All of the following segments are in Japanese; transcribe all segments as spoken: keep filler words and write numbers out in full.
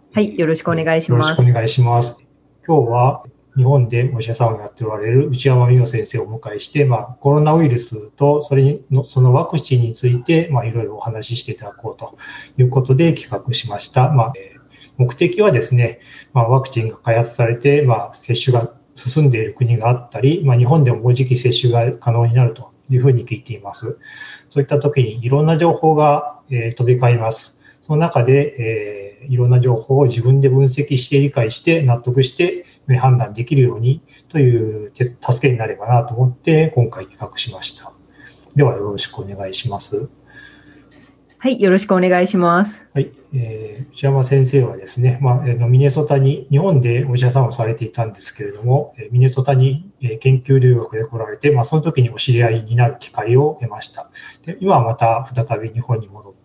はい、よろしくお願いしよろます。 しくお願いします。今日は日本でお医者さんをやっておられる内山美代先生をお迎えして、まあ、コロナウイルスとそれのそのワクチンについて、まあ、いろいろお話ししていただこうということで企画しました。まあ、目的はですね、まあ、ワクチンが開発されて、まあ、接種が進んでいる国があったり、まあ、日本でももうじき接種が可能になるというふうに聞いています。そういった時にいろんな情報が、えー、飛び交います。その中で、えー、いろんな情報を自分で分析して理解して納得して判断できるようにという助けになればなと思って今回企画しました。ではよろしくお願いします。 はい、よろしくお願いします。 はい、えー、内山先生はですね、まあ、ミネソタに、日本でお医者さんをされていたんですけれども、ミネソタに研究留学で来られて、まあ、その時にお知り合いになる機会を得ました。で今はまた再び日本に戻って、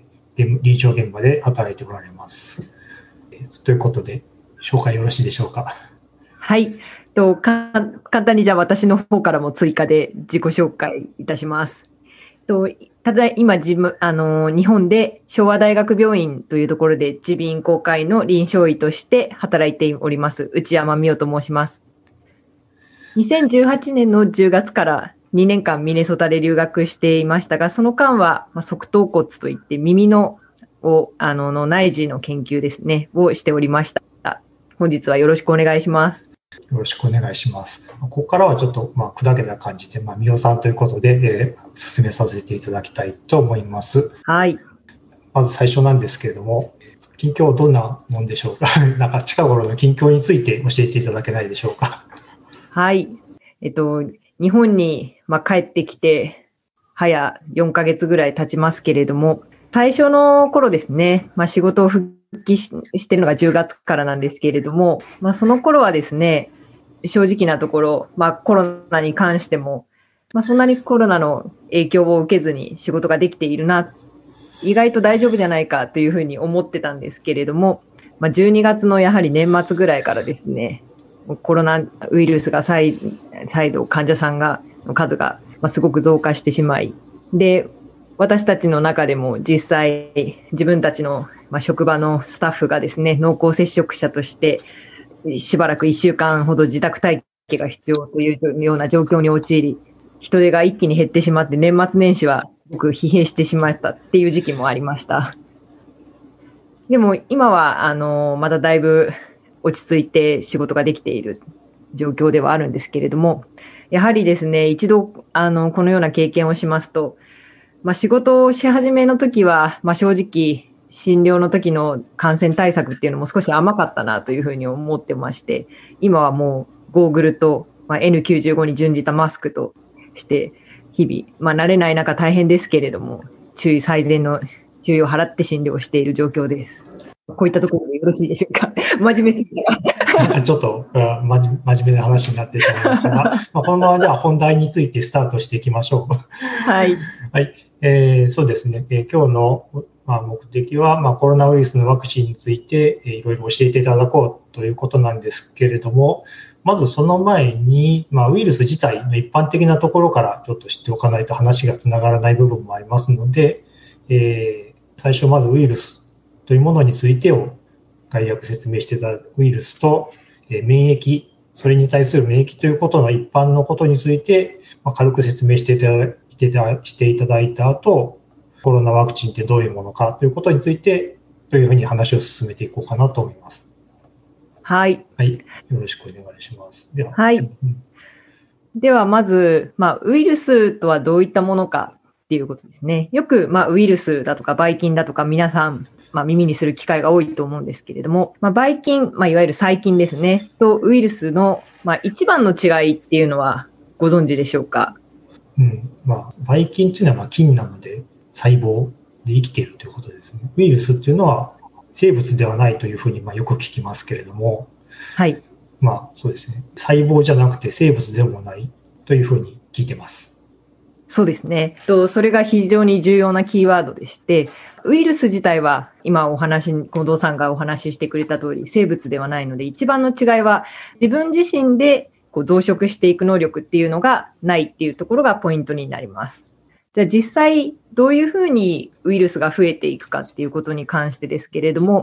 えー、臨床現場で働いておられます。ということで、紹介よろしいでしょうか。 はい、とか簡単にじゃあ私の方からも追加で自己紹介いたします。とただ今自分あの日本で昭和大学病院というところで耳鼻咽喉科医の臨床医として働いております内山美代と申します。にせんじゅうはちねんのじゅうがつからにねんかんミネソタで留学していましたが、その間は、まあ、側頭骨といって耳のをあのの内耳の研究ですねをしておりました。本日はよろしくお願いします。 よろしくお願いします。ここからはちょっとまあ砕けた感じで、まあ、美代さんということで、えー、進めさせていただきたいと思います。 はい。 まず最初なんですけれども、近況どんなもんでしょうか。なんか近頃の近況について教えていただけないでしょうか。 はい。えっと、日本に、まあ、帰ってきて、早よんかげつぐらい経ちますけれども、最初の頃ですね、まあ、仕事を復帰し、してるのがじゅうがつからなんですけれども、まあ、その頃はですね、正直なところ、まあ、コロナに関しても、まあ、そんなにコロナの影響を受けずに仕事ができているな、意外と大丈夫じゃないかというふうに思ってたんですけれども、まあ、じゅうにがつのやはり年末ぐらいからですね、コロナウイルスが再、再度患者さんが、の数がすごく増加してしまい、で、私たちの中でも実際自分たちの職場のスタッフがですね、濃厚接触者としてしばらくいっしゅうかんほど自宅待機が必要というような状況に陥り、人手が一気に減ってしまって年末年始はすごく疲弊してしまったっていう時期もありました。でも今はあのまだだいぶ落ち着いて仕事ができている状況ではあるんですけれども、やはりですね、一度あのこのような経験をしますと、まあ、仕事をし始めの時は、まあ、正直診療の時の感染対策っていうのも少し甘かったなというふうに思ってまして、今はもうゴーグルと、まあ、エヌきゅうじゅうご に準じたマスクとして日々、まあ、慣れない中大変ですけれども、注意最善の注意を払って診療している状況です。こういったところでよろしいでしょうか。真面目すぎた。ちょっと真面目な話になってしまいましたが、まあ、このままじゃあ本題についてスタートしていきましょう。 はい。 はい。えー、そうですね。えー、今日の、まあ、目的は、まあ、コロナウイルスのワクチンについて、えー、いろいろ教えていただこうということなんですけれども、まずその前に、まあ、ウイルス自体の一般的なところからちょっと知っておかないと話がつながらない部分もありますので、えー、最初まずウイルスというものについてを概要説明していただくウイルスと、えー、免疫、それに対する免疫ということの一般のことについて、まあ、軽く説明していただしていただいた後、コロナワクチンってどういうものかということについて、というふうに話を進めていこうかなと思います。 はい。 はい。よろしくお願いします。 では、はい。うん、では、まず、まあ、ウイルスとはどういったものかっていうことですね。よく、まあ、ウイルスだとか、ばい菌だとか、皆さん、まあ、耳にする機会が多いと思うんですけれども、まあ、ばい菌、まあ、いわゆる細菌ですね、とウイルスの、まあ、一番の違いっていうのはご存知でしょうか？ うん、まあ、ばい菌というのはまあ菌なので細胞で生きているということですね。ウイルスっていうのは生物ではないというふうにまあよく聞きますけれども、 はい。 まあそうですね。細胞じゃなくて生物でもないというふうに聞いてます。 そうですね。と、それが非常に重要なキーワードでして、ウイルス自体は今お話、近藤さんがお話ししてくれた通り生物ではないので、一番の違いは自分自身でこう増殖していく能力っていうのがないっていうところがポイントになります。じゃあ実際どういうふうにウイルスが増えていくかっていうことに関してですけれども、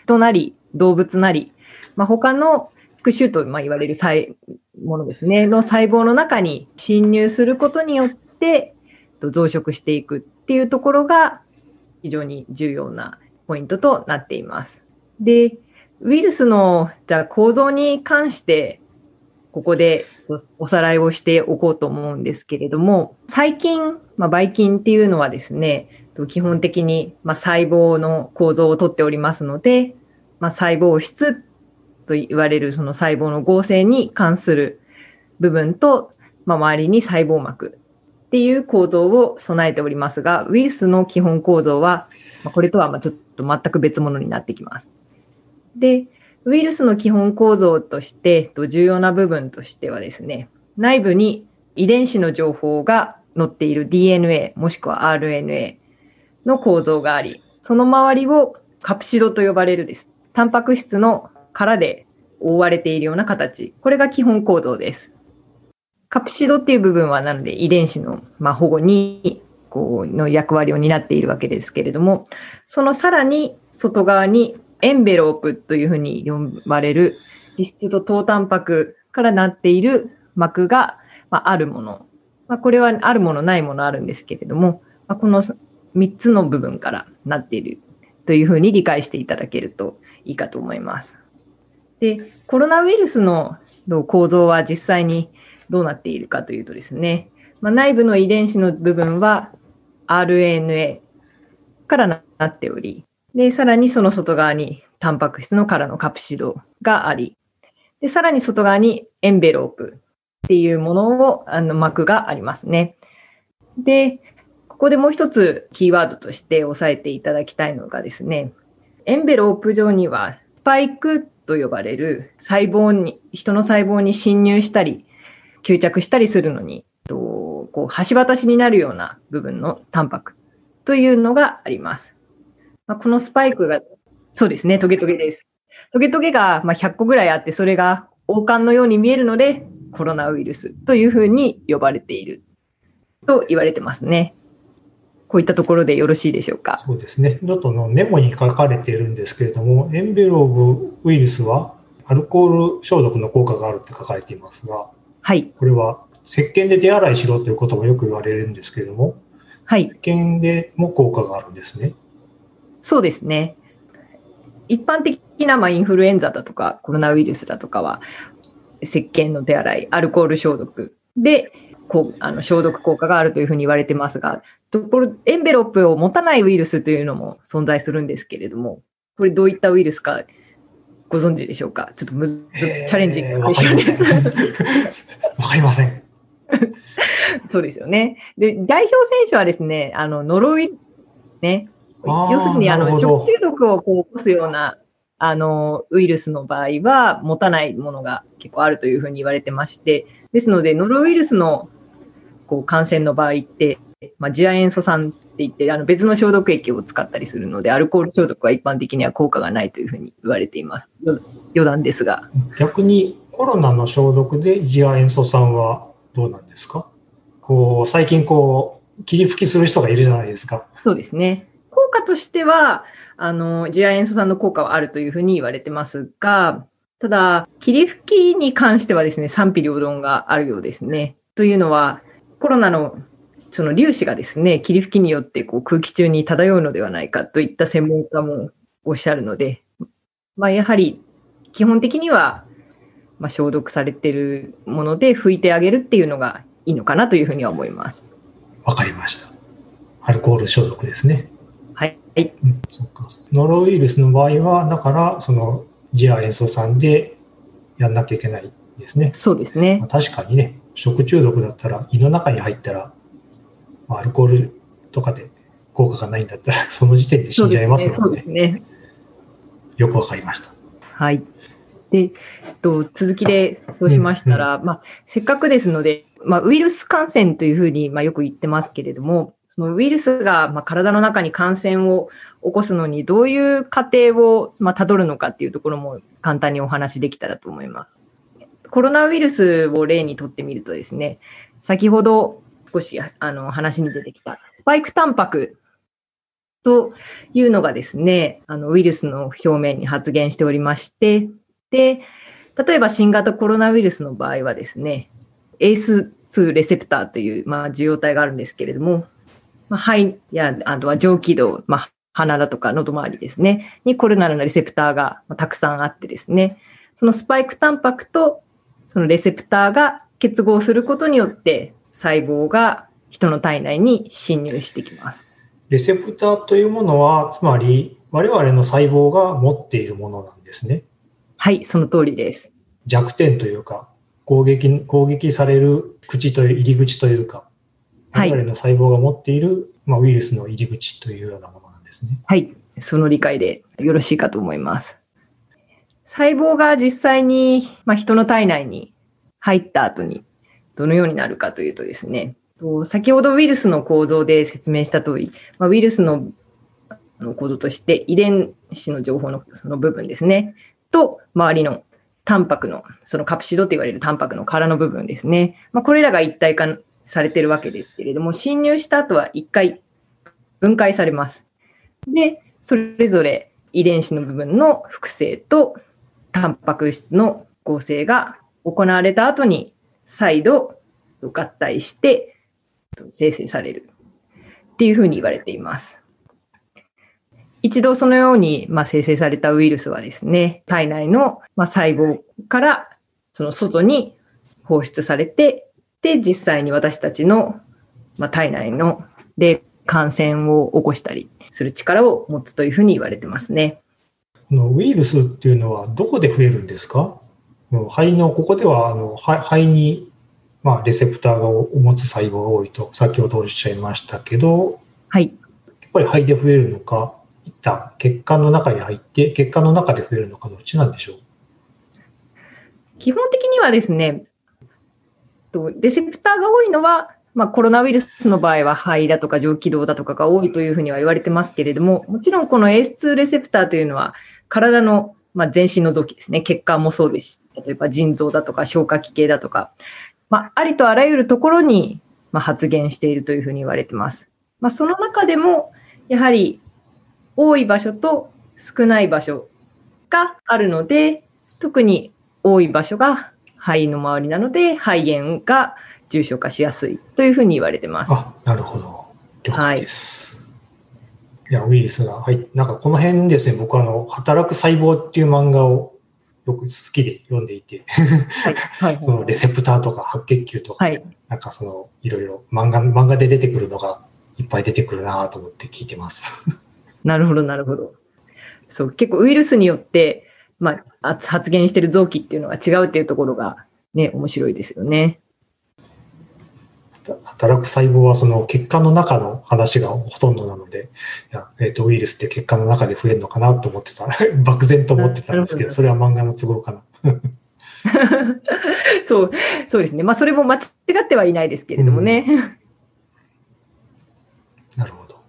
人なり動物なり、まあ、他の復讐とまあ言われるものですね、の細胞の中に侵入することによって増殖していくっていうところが非常に重要なポイントとなっています。で、ウイルスのじゃあ構造に関してここでおさらいをしておこうと思うんですけれども、細菌、まあ、ばい菌っていうのはですね、基本的にまあ細胞の構造をとっておりますので、まあ、細胞質と言われるその細胞の合成に関する部分と、まあ、周りに細胞膜っていう構造を備えておりますが、ウイルスの基本構造は、まあ、これとはまあちょっと全く別物になってきます。で、ウイルスの基本構造として重要な部分としてはですね、内部に遺伝子の情報が載っている ディーエヌエー もしくは アールエヌエー の構造があり、その周りをカプシドと呼ばれるです。タンパク質の殻で覆われているような形。これが基本構造です。カプシドっていう部分はなので遺伝子のまあ保護にこうの役割を担っているわけですけれども、そのさらに外側にエンベロープというふうに呼ばれる脂質と糖タンパクからなっている膜が、まあ、あるもの。まあ、これはあるものないものあるんですけれども、まあ、このみっつの部分からなっているというふうに理解していただけるといいかと思います。で、コロナウイルスの構造は実際にどうなっているかというとですね、まあ、内部の遺伝子の部分は アールエヌエー からなっており、で、さらにその外側にタンパク質の殻のカプシドがあり、で、さらに外側にエンベロープっていうものを、あの膜がありますね。で、ここでもう一つキーワードとして押さえていただきたいのがですね、エンベロープ上にはスパイクと呼ばれる細胞に、人の細胞に侵入したり、吸着したりするのに、こう橋渡しになるような部分のタンパクというのがあります。まあ、このスパイクが、そうですね、トゲトゲです。トゲトゲがまあひゃっこぐらいあって、それが王冠のように見えるので、コロナウイルスというふうに呼ばれていると言われてますね。こういったところでよろしいでしょうか。 そうですね。ノートのメモに書かれているんですけれども、エンベローブウイルスはアルコール消毒の効果があるって書かれていますが、 はい。 これは石鹸で手洗いしろということもよく言われるんですけれども、 はい。 石鹸でも効果があるんですね。 そうですね。一般的なまあインフルエンザだとかコロナウイルスだとかは石鹸の手洗い、アルコール消毒でこうあの消毒効果があるというふうに言われてますが、ところエンベロープを持たないウイルスというのも存在するんですけれども、これどういったウイルスかご存知でしょうか。ちょっとむず、えー、チャレンジングわかりません。わかりません。 そうですよね。で、代表選手はですね、あのノロウイルスね。要するにあの食中毒をこう起こすようなあのウイルスの場合は持たないものが結構あるというふうに言われてまして、ですのでノロウイルスのこう感染の場合って、まあ、次亜塩素酸って言ってあの別の消毒液を使ったりするので、アルコール消毒は一般的には効果がないというふうに言われています。余談ですが。 逆にコロナの消毒で次亜塩素酸はどうなんですか？こう最近こう霧吹きする人がいるじゃないですか。 そうですね。効果としては、あの、次亜塩素酸の効果はあるというふうに言われてますが、ただ、霧吹きに関してはですね、賛否両論があるようですね。というのは、コロナのその粒子がですね、霧吹きによってこう空気中に漂うのではないかといった専門家もおっしゃるので、まあ、やはり基本的には、まあ、消毒されているもので拭いてあげるっていうのがいいのかなというふうには思います。 わかりました。アルコール消毒ですね。 はい。うん、 そうか。ノロウイルスの場合は、だから、その、次亜塩素酸でやんなきゃいけないですね。 そうですね。 まあ、確かにね、食中毒だったら、胃の中に入ったら、まあ、アルコールとかで効果がないんだったら、その時点で死んじゃいますので、 そうですね。そうですね。 よくわかりました。 はい。で、と続きでそうしましたら、うんうん、まあ、せっかくですので、まあ、ウイルス感染というふうに、まあ、よく言ってますけれども、そのウイルスが、まあ、体の中に感染を起こすのにどういう過程を、まあ、たどるのかっていうところも簡単にお話できたらと思います。コロナウイルスを例にとってみるとですね、先ほど少しあの話に出てきたスパイクタンパクというのがですね、あのウイルスの表面に発現しておりまして、で、例えば新型コロナウイルスの場合はですね、エーエスツー レセプターという、まあ、受容体があるんですけれども、まあ、肺やあとは上気道、まあ、鼻だとか喉周りですね、にコロナのレセプターがたくさんあってですね、そのスパイクタンパクとそのレセプターが結合することによって細胞が人の体内に侵入してきます。 レセプターというものは、つまり我々の細胞が持っているものなんですね。 はい、その通りです。 弱点というか、攻撃、攻撃される口という、入り口というか、我々の細胞が持っている、まあ、ウイルスの入り口というようなものなんですね。 はい、その理解でよろしいかと思います。細胞が実際に、まあ、人の体内に入った後にどのようになるかというとですね、先ほどウイルスの構造で説明した通り、まあ、ウイルスの構造として遺伝子の情報のその部分ですね、と周りのタンパクの、そのカプシドと言われるタンパクの殻の部分ですね、まあ、これらが一体化されているわけですけれども、侵入した後は一回分解されます。で、それぞれ遺伝子の部分の複製とタンパク質の合成が行われた後に再度合体して生成されるっていうふうに言われています。一度そのように、まあ、生成されたウイルスはですね、体内の、まあ、細胞からその外に放出されて、で、実際に私たちの、まあ、体内ので感染を起こしたりする力を持つというふうに言われてますね。 このウイルスっていうのはどこで増えるんですか？肺の、ここではあの肺に、まあ、レセプターを持つ細胞が多いと先ほどおっしゃいましたけど、 はい。 やっぱり肺で増えるのか、いった血管の中に入って血管の中で増えるのかどっちなんでしょう？ 基本的にはですね、レセプターが多いのは、まあ、コロナウイルスの場合は肺だとか上気道だとかが多いというふうには言われてますけれども、もちろんこの エーエスツー レセプターというのは体の、まあ、全身の臓器ですね、血管もそうですし、例えば腎臓だとか消化器系だとか、まあ、ありとあらゆるところに、まあ、発現しているというふうに言われてます。まあ、その中でもやはり多い場所と少ない場所があるので、特に多い場所が肺の周りなので肺炎が重症化しやすいというふうに言われてます。 あ、なるほど。了解です。はい、いや、ウイルスが、はい。なんかこの辺ですね、僕はあの、働く細胞っていう漫画をよく好きで読んでいて、はいはいはい、そのレセプターとか白血球とか、はい、なんかその、いろいろ漫画、漫画で出てくるのがいっぱい出てくるなと思って聞いてます。 なるほど、なるほど。そう、結構ウイルスによって、まあ、発現している臓器っていうのが違うっていうところがね、面白いですよね。 働く細胞はその血管の中の話がほとんどなので、いや、えーと、ウイルスって血管の中で増えるのかなと思ってた、漠然と思ってたんですけど、それは漫画の都合かな。 そう、そうですね。まあ、それも間違ってはいないですけれどもね。うん、 なるほど。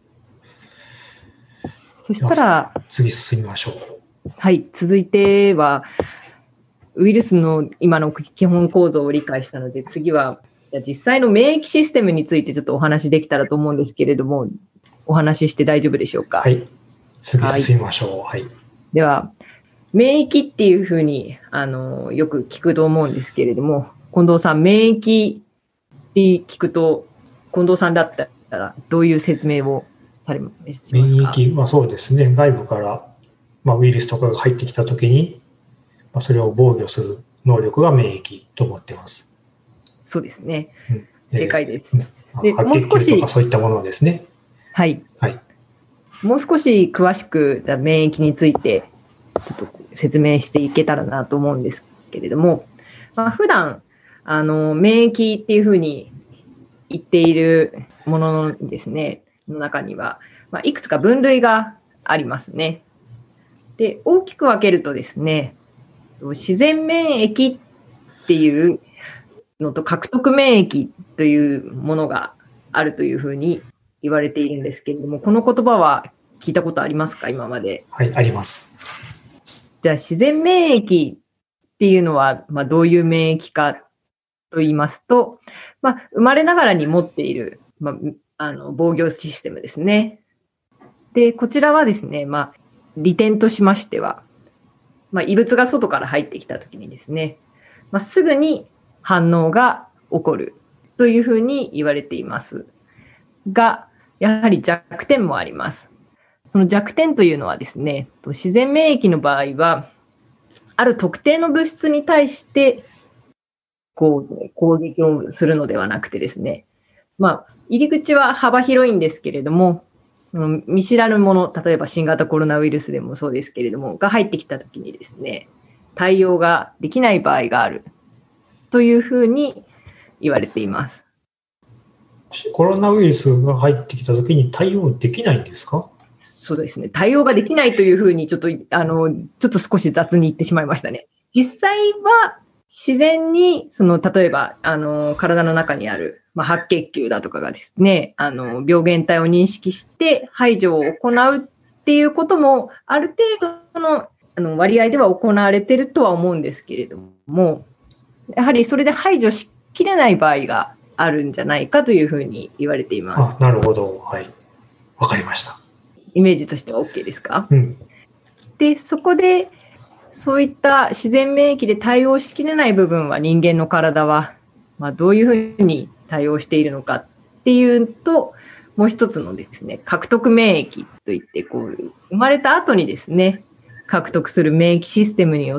そしたら、 次進みましょう。 はい、続いては、ウイルスの今の基本構造を理解したので、次は、実際の免疫システムについてちょっとお話できたらと思うんですけれども、お話しして大丈夫でしょうか。 はい。次進みましょう。はい。はい、 では、免疫っていうふうにあのよく聞くと思うんですけれども、近藤さん、免疫って聞くと、近藤さんだったらどういう説明をされますか？ 免疫はそうですね、外部から、まあ、ウイルスとかが入ってきたときに、まあ、それを防御する能力が免疫と思っています。 そうですね。うん、正解です。 で、白血球とかそういったものですね。 はい。 はい。 もう少し詳しく免疫についてちょっと説明していけたらなと思うんですけれども、まあ、普段あの免疫っていうふうに言っているもののですね、の中には、まあ、いくつか分類がありますね。で、大きく分けるとですね、自然免疫っていうのと獲得免疫というものがあるというふうに言われているんですけれども、この言葉は聞いたことありますか、今まで？ はい、あります。 じゃあ自然免疫っていうのは、まあ、どういう免疫かと言いますと、まあ、生まれながらに持っている、まあ、あの防御システムですね。 で、こちらはですね、まあ、利点としましては、まあ、異物が外から入ってきたときにですね、まあ、すぐに反応が起こるというふうに言われていますが、やはり弱点もあります。その弱点というのはですね、自然免疫の場合は、ある特定の物質に対してこう攻撃をするのではなくてですね、まあ、入り口は幅広いんですけれども、見知らぬもの、例えば新型コロナウイルスでもそうですけれども、が入ってきたときにですね、対応ができない場合があるというふうに言われています。 コロナウイルスが入ってきたときに対応できないんですか？ そうですね。対応ができないというふうにちょっと、あの、ちょっと少し雑に言ってしまいましたね。実際は自然に、その、例えば、あの、体の中にある、まあ、白血球だとかがですね、あの、病原体を認識して排除を行うっていうことも、ある程度の、あの、割合では行われているとは思うんですけれども、やはりそれで排除しきれない場合があるんじゃないかというふうに言われています。 あ、なるほど。はい。わかりました。 イメージとしては OK ですか？ うん。 で、そこで、そういった自然免疫で対応しきれない部分は人間の体は、まあ、どういうふうに対応しているのかっていうと、もう一つのですね、獲得免疫といって、こう、生まれた後にですね、獲得する免疫システムによって、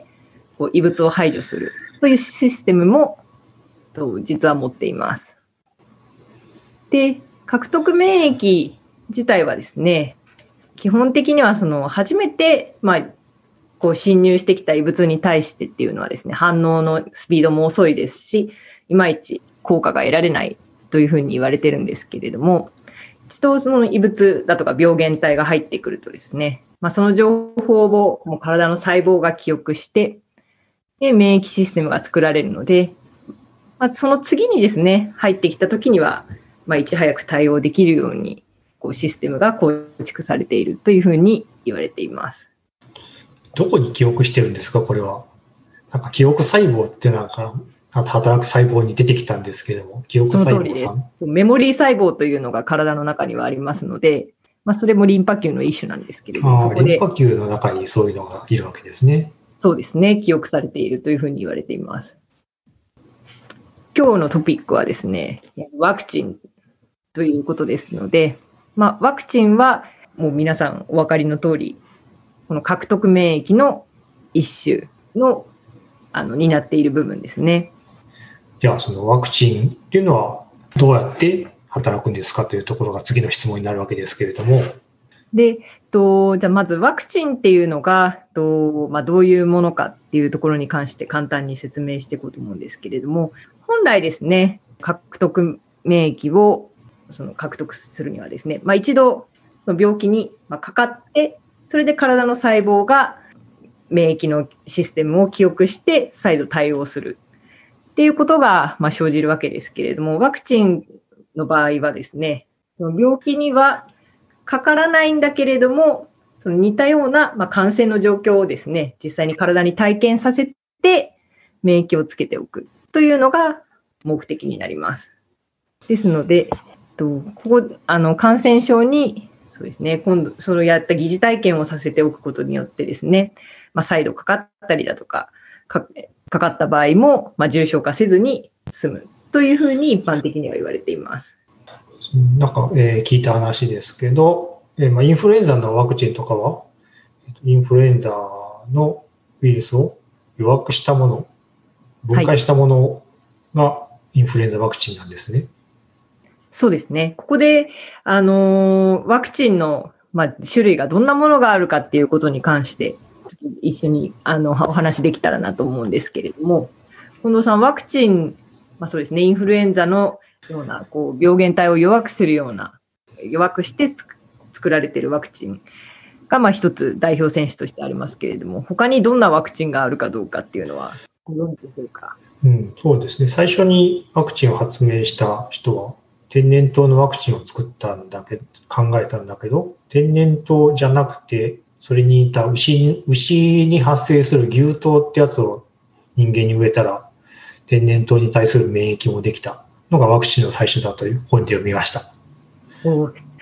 こう異物を排除するというシステムも、実は持っています。で、獲得免疫自体はですね、基本的にはその初めて、まあ、こう侵入してきた異物に対してっていうのはですね、反応のスピードも遅いですし、いまいち効果が得られないというふうに言われてるんですけれども、一度その異物だとか病原体が入ってくるとですね、まあ、その情報をもう体の細胞が記憶して、で、免疫システムが作られるので、まあ、その次にですね、入ってきた時には、まあ、いち早く対応できるように、こうシステムが構築されているというふうに言われています。 どこに記憶してるんですか、これは。なんか記憶細胞ってなんか、働く細胞に出てきたんですけれども、記憶細胞さん。その通りです。 メモリー細胞というのが体の中にはありますので、まあ、それもリンパ球の一種なんですけれども、 あそこでリンパ球の中にそういうのがいるわけですね。 そうですね、記憶されているというふうに言われています。今日のトピックはですね、ワクチンということですので、まあ、ワクチンはもう皆さんお分かりの通り、この獲得免疫の一種の、あの、になっている部分ですね。 じゃあ、そのワクチンっていうのはどうやって働くんですかというところが次の質問になるわけですけれども。 で、とじゃあまずワクチンっていうのがと、まあ、どういうものかっていうところに関して簡単に説明していこうと思うんですけれども、本来ですね、獲得免疫をその獲得するにはですね、まあ、一度病気にかかって、それで体の細胞が免疫のシステムを記憶して再度対応するっていうことがまあ生じるわけですけれども、ワクチンの場合はですね、病気にはかからないんだけれども、その似たようなまあ感染の状況をですね、実際に体に体験させて免疫をつけておくというのが目的になります。ですので、ここあの感染症にそうですね、今度それをやった疑似体験をさせておくことによってですね、まあ、再度かかったりだとか、か, かかった場合も、まあ、重症化せずに済むというふうに一般的には言われています。 なんか、えー、聞いた話ですけど、えーまあ、インフルエンザのワクチンとかは、インフルエンザのウイルスを弱くしたもの、分解したものがインフルエンザワクチンなんですね。はい、 そうですね。ここで、あのー、ワクチンの、まあ、種類がどんなものがあるかっていうことに関して、一緒にあのお話できたらなと思うんですけれども、近藤さん、ワクチン、まあ、そうですね、インフルエンザのようなこう病原体を弱くするような、弱くして作られているワクチンがまあ一つ代表選手としてありますけれども、他にどんなワクチンがあるかどうかっていうのはご存知でしょうか？ うん、そうですね。最初にワクチンを発明した人は、天然痘のワクチンを作ったんだけど、考えたんだけど、天然痘じゃなくて、それにいた牛、牛に発生する牛痘ってやつを人間に植えたら、天然痘に対する免疫もできたのがワクチンの最初だという本で読みました。 お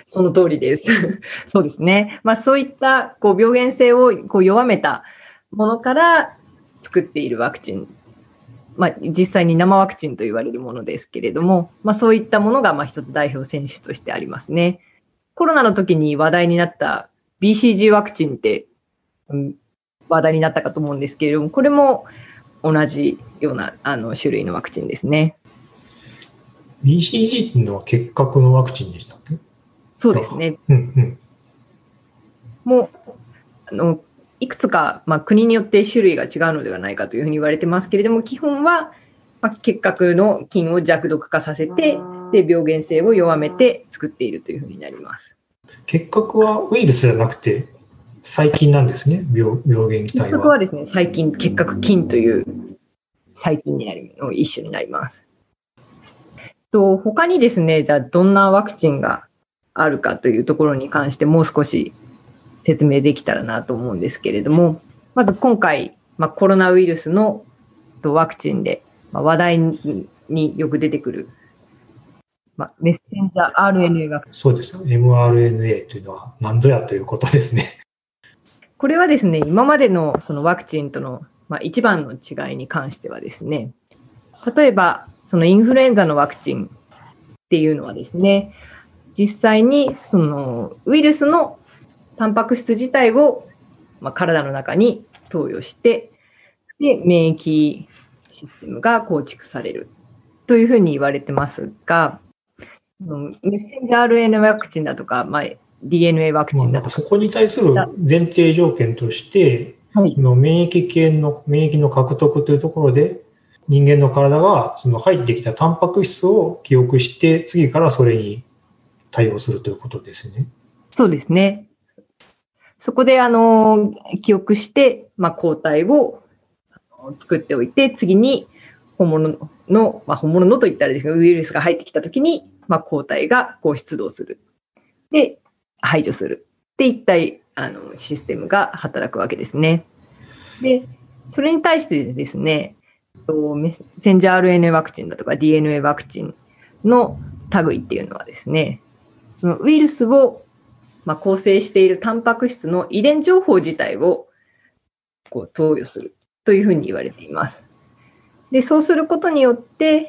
その通りです。そうですね。まあそういったこう病原性をこう弱めたものから作っているワクチン。まあ実際に生ワクチンと言われるものですけれども、まあそういったものがまあ一つ代表選手としてありますね。コロナの時に話題になった ビーシージー ワクチンって、うん、話題になったかと思うんですけれども、これも同じようなあの種類のワクチンですね。 ビーシージー っていうのは結核のワクチンでしたっけ？ そうですね。 うんうん、 もうあのいくつか、まあ、国によって種類が違うのではないかというふうに言われてますけれども、基本は、まあ、結核の菌を弱毒化させて、で病原性を弱めて作っているというふうになります。 結核はウイルスじゃなくて細菌なんですね。 病, 病原体は。 結核はですね、細菌、結核菌という細菌になるの一種になります。と他にですね、じゃあどんなワクチンがあるかというところに関してもう少し説明できたらなと思うんですけれども、まず今回、まあ、コロナウイルスのワクチンで話題によく出てくる、まあ、メッセンジャー アールエヌエー ワクチン。 そうです。エムアールエヌエー というのは何ぞやということですね。 これはですね、今までのそのワクチンとの、まあ、一番の違いに関してはですね、例えばそのインフルエンザのワクチンっていうのはですね、実際にそのウイルスのタンパク質自体を、まあ、体の中に投与して、で免疫システムが構築されるというふうに言われてますが、メッセンジャー アールエヌエー ワクチンだとか、まあ、ディーエヌエー ワクチンだとか、 まあ、そこに対する前提条件として、はい、の免疫系の免疫の獲得というところで、人間の体がその入ってきたタンパク質を記憶して、次からそれに対応するということですね。そうですね。 そこであの記憶して、まあ、抗体を作っておいて、次に本物の、まあ、本物のといったらですけど、ウイルスが入ってきたときに、まあ、抗体がこう出動する。で、排除する。っていったあのシステムが働くわけですね。で、それに対してですね、メッセンジャー アールエヌエー ワクチンだとか ディーエヌエー ワクチンの類っていうのはですね、そのウイルスをまあ構成しているタンパク質の遺伝情報自体をこう投与するというふうに言われています。で、そうすることによって、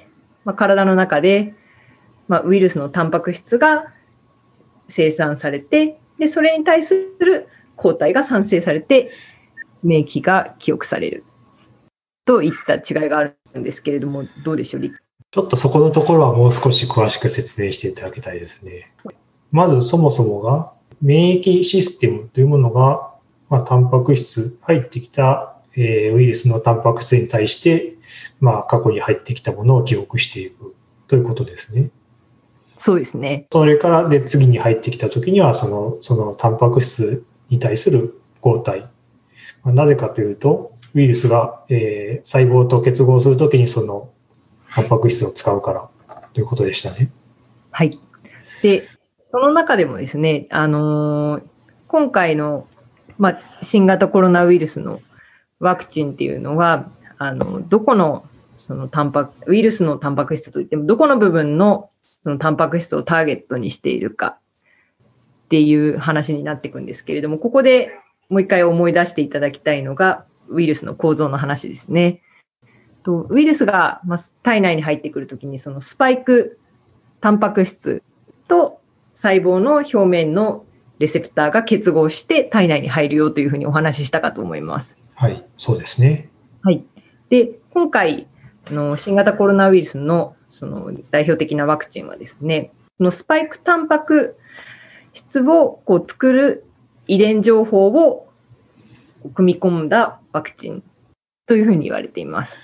まあ、体の中で、まあ、ウイルスのタンパク質が生産されて、で、それに対する抗体が産生されて、免疫が記憶されるといった違いがあるんですけれども、どうでしょう？ ちょっとそこのところはもう少し詳しく説明していただきたいですね。まずそもそもが免疫システムというものが、まあ、タンパク質入ってきた、えー、ウイルスのタンパク質に対して、まあ、過去に入ってきたものを記憶していくということですね。 そうですね。 それからで次に入ってきたときにはそのそのタンパク質に対する抗体。まあ、なぜかというとウイルスが、えー、細胞と結合するときにそのタンパク質を使うからということでしたね。 はい。で、その中でもですね、あのー、今回の、まあ、新型コロナウイルスのワクチンっていうのは、あのどこのそのタンパクウイルスのタンパク質といってもどこの部分のそのタンパク質をターゲットにしているかっていう話になっていくんですけれども、ここでもう一回思い出していただきたいのがウイルスの構造の話ですね。とウイルスが体内に入ってくるときにそのスパイクタンパク質と細胞の表面のレセプターが結合して体内に入るよというふうにお話ししたかと思います。 はい、そうですね。 はい。で、今回の新型コロナウイルスのその代表的なワクチンはですね、このスパイクタンパク質をこう作る遺伝情報を組み込んだワクチンというふうに言われています。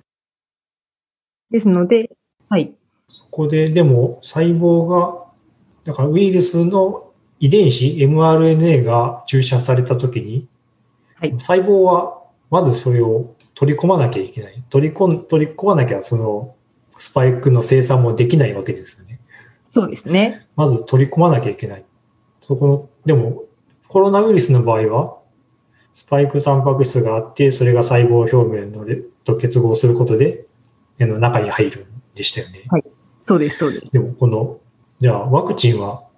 ですので、はい。 そこででも細胞が、だからウイルスの遺伝子 エムアールエヌエー が注射されたときに、はい、細胞はまずそれを取り込まなきゃいけない。取り込ん、取り込まなきゃそのスパイクの生産もできないわけですよね。 そうですね。 まず取り込まなきゃいけない。そこの、でもコロナウイルスの場合は、スパイクタンパク質があって、それが細胞表面のと結合することで、の中に入るんでしたよね。 はい。そうです、そうです。 でもこの、じゃあワクチンは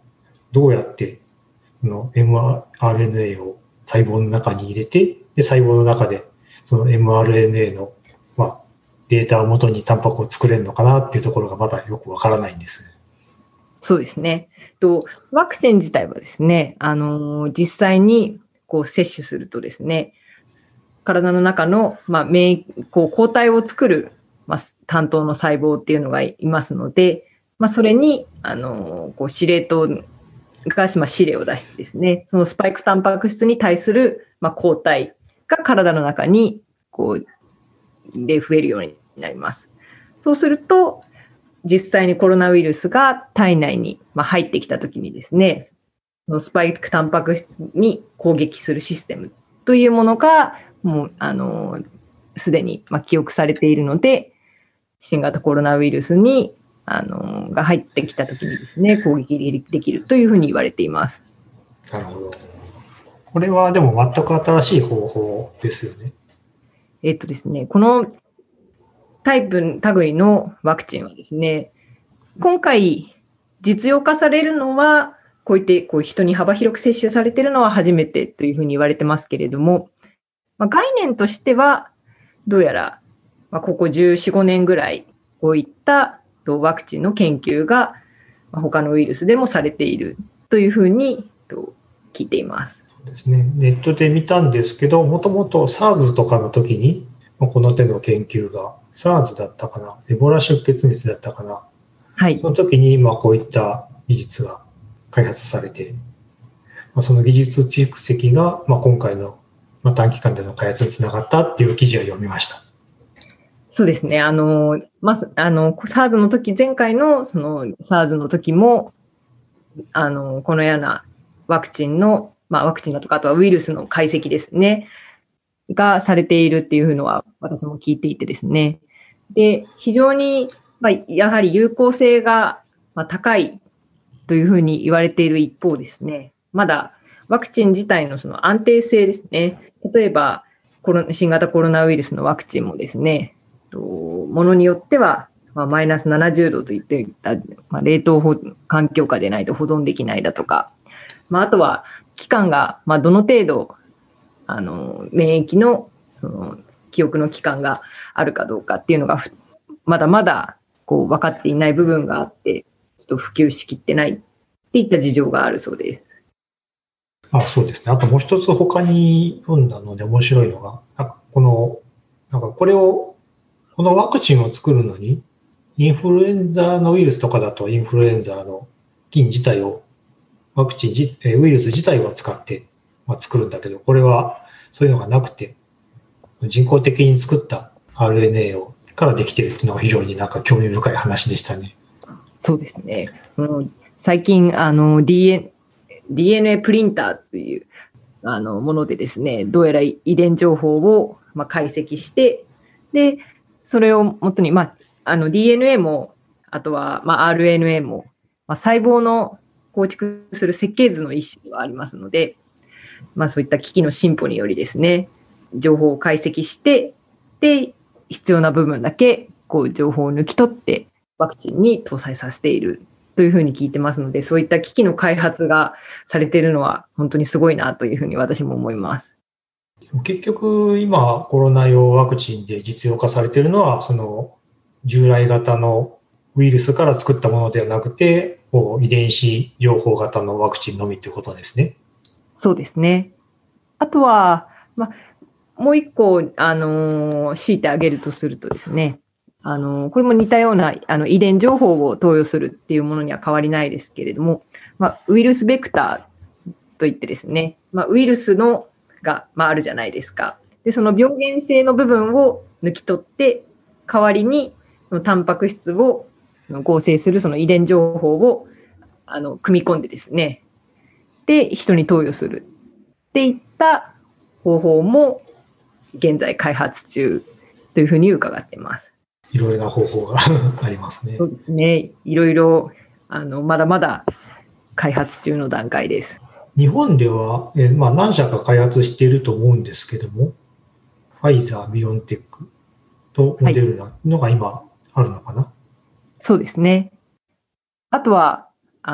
どうやってこの エムアールエヌエー を細胞の中に入れて、で細胞の中でその エムアールエヌエー の、まあ、データをもとにタンパクを作れるのかなっていうところがまだよくわからないんです。 そうですね。とワクチン自体はですね、あの実際にこう接種するとですね、体の中の、まあ、免疫こう抗体を作る、まあ、担当の細胞っていうのがいますので、まあ、それにあのこう司令塔が、まあ、指令を出してですね、そのスパイクタンパク質に対する、まあ、抗体が体の中にこうで増えるようになります。そうすると実際にコロナウイルスが体内に入ってきたときにですね、スパイクタンパク質に攻撃するシステムというものがもうあのすでにまあ記憶されているので、新型コロナウイルスにあのが入ってきたときにですね、攻撃できるというふうに言われています。 なるほど。これはでも全く新しい方法ですよね。 えっとですね、このタイプ類のワクチンはですね、今回実用化されるのは、こういってこう人に幅広く接種されているのは初めてというふうに言われてますけれども、まあ、概念としては、どうやら、まあ、ここじゅうよん、ごねんぐらい、こういったワクチンの研究が他のウイルスでもされているというふうに聞いています。 そうですね。ネットで見たんですけど、もともと SARS とかの時に、この手の研究が SARS だったかな、エボラ出血熱だったかな、はい、その時にまあこういった技術が開発されて、まあ、その技術蓄積がまあ今回のまあ短期間での開発につながったっていう記事を読みました。 そうですね。あの、まず、あの、SARS の時、前回のその SARS の時も、あの、このようなワクチンの、まあワクチンだとか、あとはウイルスの解析ですね、がされているっていうのは私も聞いていてですね。で、非常に、まあ、やはり有効性が高いというふうに言われている一方ですね、まだワクチン自体のその安定性ですね。例えば、コロ新型コロナウイルスのワクチンもですね、ものによっては、まあ、マイナスななじゅうどといった、まあ、冷凍環境下でないと保存できないだとか、まあ、あとは期間が、まあ、どの程度、あの、免疫の、その、記憶の期間があるかどうかっていうのが、まだまだ、こう、分かっていない部分があって、ちょっと普及しきってないっていった事情があるそうです。 あ、そうですね。あともう一つ他に読んだので面白いのが、なんかこの、なんかこれを、このワクチンを作るのに、インフルエンザのウイルスとかだとインフルエンザの菌自体を、ワクチンじ、ウイルス自体を使って、まあ、作るんだけど、これはそういうのがなくて、人工的に作った アールエヌエー をからできているっていうのが非常になんか興味深い話でしたね。 そうですね。うん、最近、あの、ディーエヌ、ディーエヌエー プリンターというあのものでですね、どうやら遺伝情報を、まあ、解析して、で、それをもとに、まあ、あの ディーエヌエー も、あとは、まあ、アールエヌエー も、まあ、細胞の構築する設計図の一種ではありますので、まあ、そういった機器の進歩によりですね、情報を解析して、で、必要な部分だけ、こう、情報を抜き取って、ワクチンに搭載させているというふうに聞いてますので、そういった機器の開発がされているのは、本当にすごいなというふうに私も思います。 結局、今、コロナ用ワクチンで実用化されているのは、その、従来型のウイルスから作ったものではなくて、こう遺伝子情報型のワクチンのみということですね。 そうですね。あとは、まあ、もう一個、あのー、強いてあげるとするとですね、あのー、これも似たようなあの遺伝情報を投与するっていうものには変わりないですけれども、まあ、ウイルスベクターといってですね、まあ、ウイルスのが、まあ、あるじゃないですか。で、その病原性の部分を抜き取って、代わりにタンパク質を合成するその遺伝情報をあの組み込んでですね、で、人に投与するっていった方法も現在開発中というふうに伺っています。 いろいろな方法がありますね。 そうですね。いろいろ、あの、まだまだ開発中の段階です。 日本では、えまあ、何社か開発していると思うんですけども、ファイザー、ビオンテックとモデルナのが今あるのかな、はい、 そうですね。あとは、あの、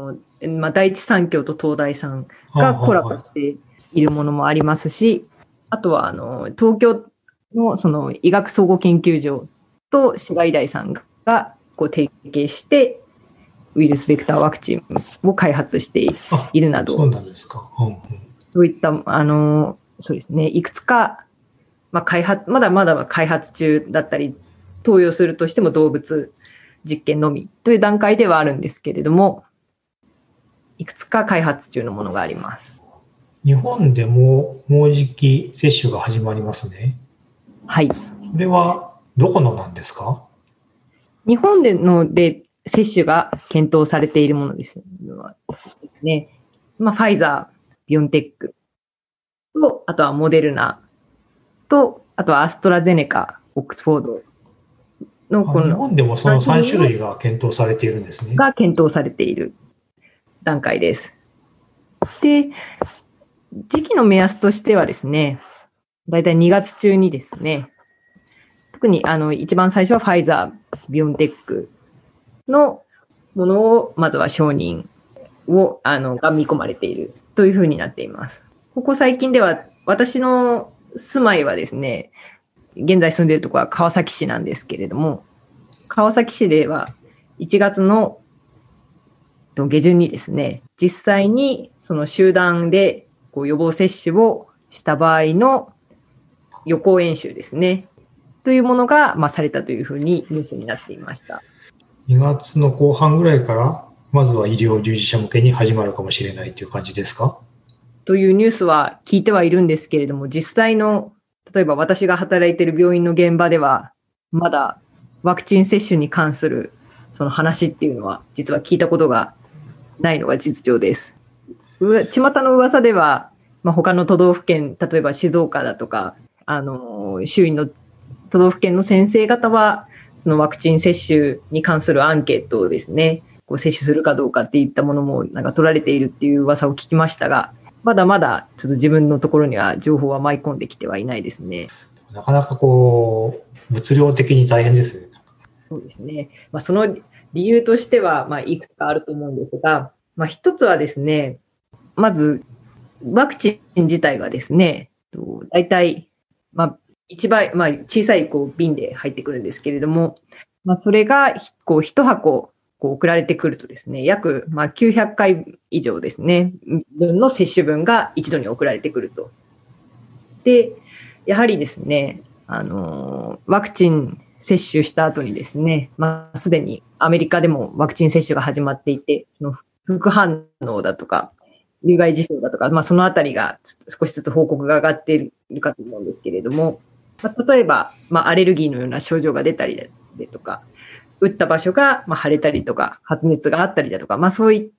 の、まあ、第一三共と東大さんがコラボしているものもありますし、あとは、あの、東京のその医学総合研究所と滋賀医大さんがこう提携して、ウイルスベクターワクチンを開発しているなど、 そうなんですか。うんうん、 そういった、あの、そうですね、いくつか、まあ、開発、まだまだ開発中だったり、投与するとしても動物実験のみという段階ではあるんですけれども、いくつか開発中のものがあります。 日本でももうじき接種が始まりますね。 はい。 それはどこのなんですか？ 日本でので接種が検討されているものですね。まあ、ファイザー、ビオンテックと、あとはモデルナと、あとはアストラゼネカ、オックスフォードのこの日本でもそのさん種類が検討されているんですね。 が検討されている段階です。で、時期の目安としてはですね、だいたいにがつ中にですね、特にあの一番最初はファイザー、ビオンテックのものをまずは承認をあのが見込まれているというふうになっています。ここ最近では私の住まいはですね、現在住んでいるところは川崎市なんですけれども、川崎市ではいちがつの下旬にですね、実際にその集団でこう予防接種をした場合の予行演習ですね、というものが、まあ、されたというふうにニュースになっていました。 にがつの後半ぐらいから、まずは医療従事者向けに始まるかもしれないという感じですか？ というニュースは聞いてはいるんですけれども、実際の、例えば私が働いている病院の現場では、まだワクチン接種に関するその話っていうのは、実は聞いたことがないのが実情です。巷の噂では、まあ、他の都道府県、例えば静岡だとか、あの、周囲の都道府県の先生方は、そのワクチン接種に関するアンケートをですね、こう接種するかどうかっていったものもなんか取られているっていう噂を聞きましたが、まだまだちょっと自分のところには情報は舞い込んできてはいないですね。 なかなかこう、物量的に大変ですね。 そうですね。まあ、その理由としては、まあ、いくつかあると思うんですが、まあ、一つはですね、まず、ワクチン自体がですね、大体、まあ、一倍、まあ、小さいこう瓶で入ってくるんですけれども、まあ、それがこう一箱こう送られてくるとですね、約まあきゅうひゃっかい以上ですね、分の接種分が一度に送られてくると。で、やはりですね、あの、ワクチン接種した後にですね、まあ、すでにアメリカでもワクチン接種が始まっていて、その副反応だとか、有害事象だとか、まあ、そのあたりが少しずつ報告が上がっているかと思うんですけれども、まあ、例えば、まあ、アレルギーのような症状が出たりだとか、打った場所がまあ腫れたりとか、発熱があったりだとか、まあ、そういった、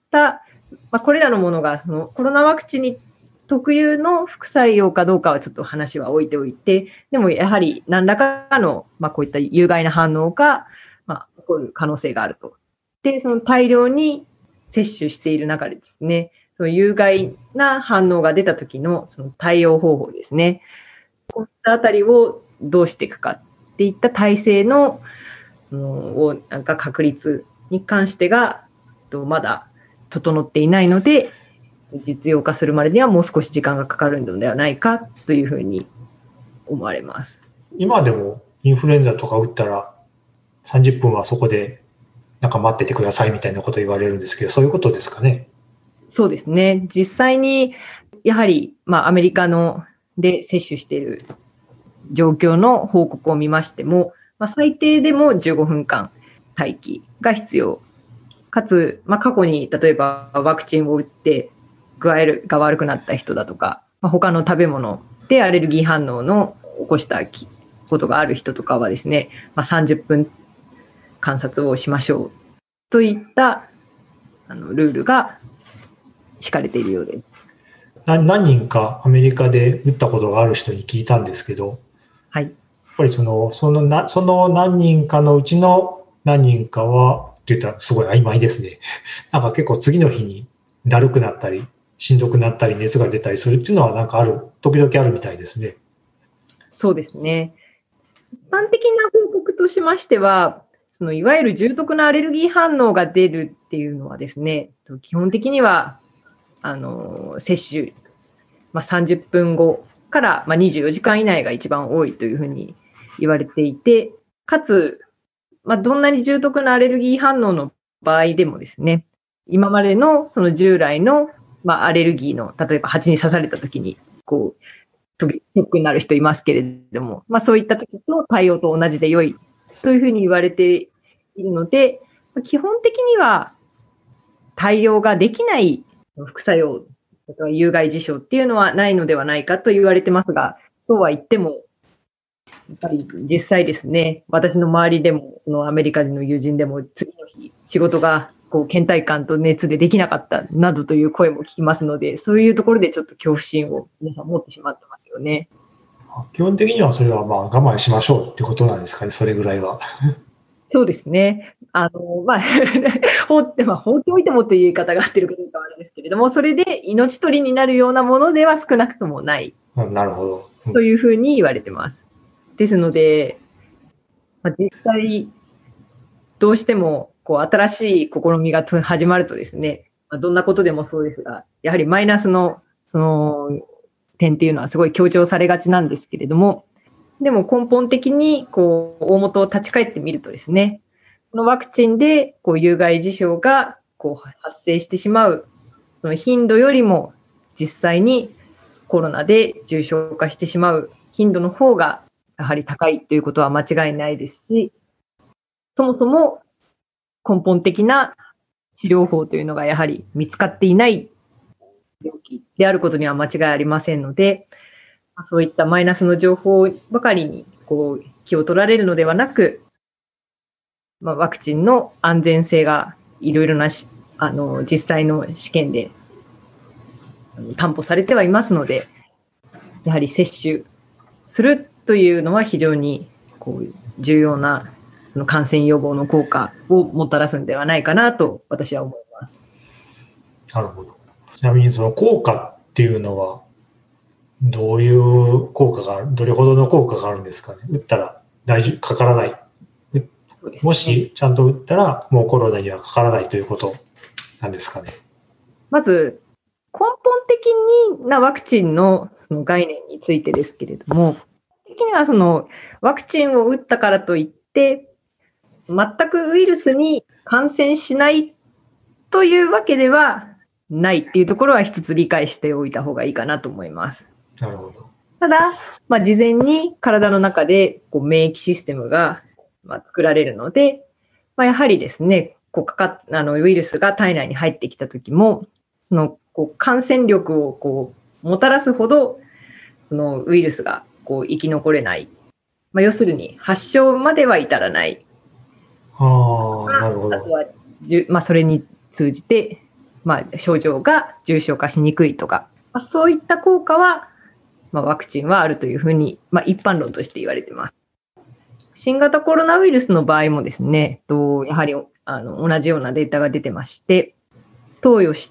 まあ、これらのものがそのコロナワクチンに特有の副作用かどうかはちょっと話は置いておいて、でもやはり何らかの、まあ、こういった有害な反応が、まあ、起こる可能性があると。で、その大量に接種している中でですね、その有害な反応が出た時のその対応方法ですね。こういったあたりをどうしていくかっていった体制の、うん、をなんか確立に関してがまだ整っていないので、実用化するまでにはもう少し時間がかかるのではないかというふうに思われます。 今でもインフルエンザとか打ったらさんじゅっぷんはそこでなんか待っててくださいみたいなこと言われるんですけど、そういうことですかね？ そうですね。実際にやはり、まあ、アメリカので接種している状況の報告を見ましても、まあ、最低でもじゅうごふんかん待機が必要。かつ、まあ、過去に例えばワクチンを打って具合が悪くなった人だとか、まあ、他の食べ物でアレルギー反応の起こしたことがある人とかはですね、まあ、さんじゅっぷん観察をしましょうといったあのルールが敷かれているようです。 何人かアメリカで打ったことがある人に聞いたんですけど、 はい、 やっぱりその、そのな、その何人かのうちの何人かは、って言ったらすごい曖昧ですね。なんか結構次の日にだるくなったり、しんどくなったり、熱が出たりするっていうのはなんかある、時々あるみたいですね。 そうですね。一般的な報告としましては、 そのいわゆる重篤なアレルギー反応が出るっていうのはですね、基本的にはあの接種、まあ、さんじゅっぷんごからまあにじゅうよじかん以内が一番多いというふうに言われていて、かつ、まあ、どんなに重篤なアレルギー反応の場合でもですね、今までのその従来のまあアレルギーの、例えば蜂に刺された時にこうショックになる人いますけれども、まあ、そういった時の対応と同じで良いというふうに言われているので、基本的には対応ができない副作用とか有害事象っていうのはないのではないかと言われてますが、そうは言っても、やっぱり実際ですね、私の周りでも、そのアメリカ人の友人でも、次の日、仕事がこう倦怠感と熱でできなかったなどという声も聞きますので、そういうところでちょっと恐怖心を皆さん持ってしまってますよね。 基本的にはそれはまあ我慢しましょうってことなんですかね、それぐらいは。 そうですね。あの、まあ、放って、まあ、放っておいてもという言い方が合ってるかどうかはあれですけれども、それで命取りになるようなものでは少なくともない。 なるほど。 うん、というふうに言われてます。ですので、まあ、実際、どうしても、こう、新しい試みが始まるとですね、まあ、どんなことでもそうですが、やはりマイナスの、その、点っていうのはすごい強調されがちなんですけれども、でも根本的にこう大元を立ち返ってみるとですね、このワクチンでこう有害事象がこう発生してしまうその頻度よりも実際にコロナで重症化してしまう頻度の方がやはり高いということは間違いないですし、そもそも根本的な治療法というのがやはり見つかっていない病気であることには間違いありませんので、そういったマイナスの情報ばかりにこう気を取られるのではなく、まあ、ワクチンの安全性がいろいろなしあの実際の試験で担保されてはいますので、やはり接種するというのは非常にこう重要なその感染予防の効果をもたらすんではないかなと私は思います。 なるほど。ちなみにその効果っていうのはどういう効果がある、どれほどの効果があるんですかね。打ったら大丈夫、かからない。そうですね、もしちゃんと打ったらもうコロナにはかからないということなんですかね。 まず根本的なワクチンのその概念についてですけれども、的にはそのワクチンを打ったからといって全くウイルスに感染しないというわけではないっていうところは一つ理解しておいた方がいいかなと思います。 なるほど。 ただ、まあ、事前に体の中でこう免疫システムがまあ作られるので、まあ、やはりですね、こうかかあのウイルスが体内に入ってきたときも、そのこう感染力をこうもたらすほど、そのウイルスがこう生き残れない。まあ、要するに発症までは至らない。 ああ、なるほど。 あとは、まあ、それに通じて、まあ、症状が重症化しにくいとか、まあ、そういった効果は、まあ、ワクチンはあるというふうに、まあ、一般論として言われています。新型コロナウイルスの場合もですね、とやはりあの同じようなデータが出てまして、投与して、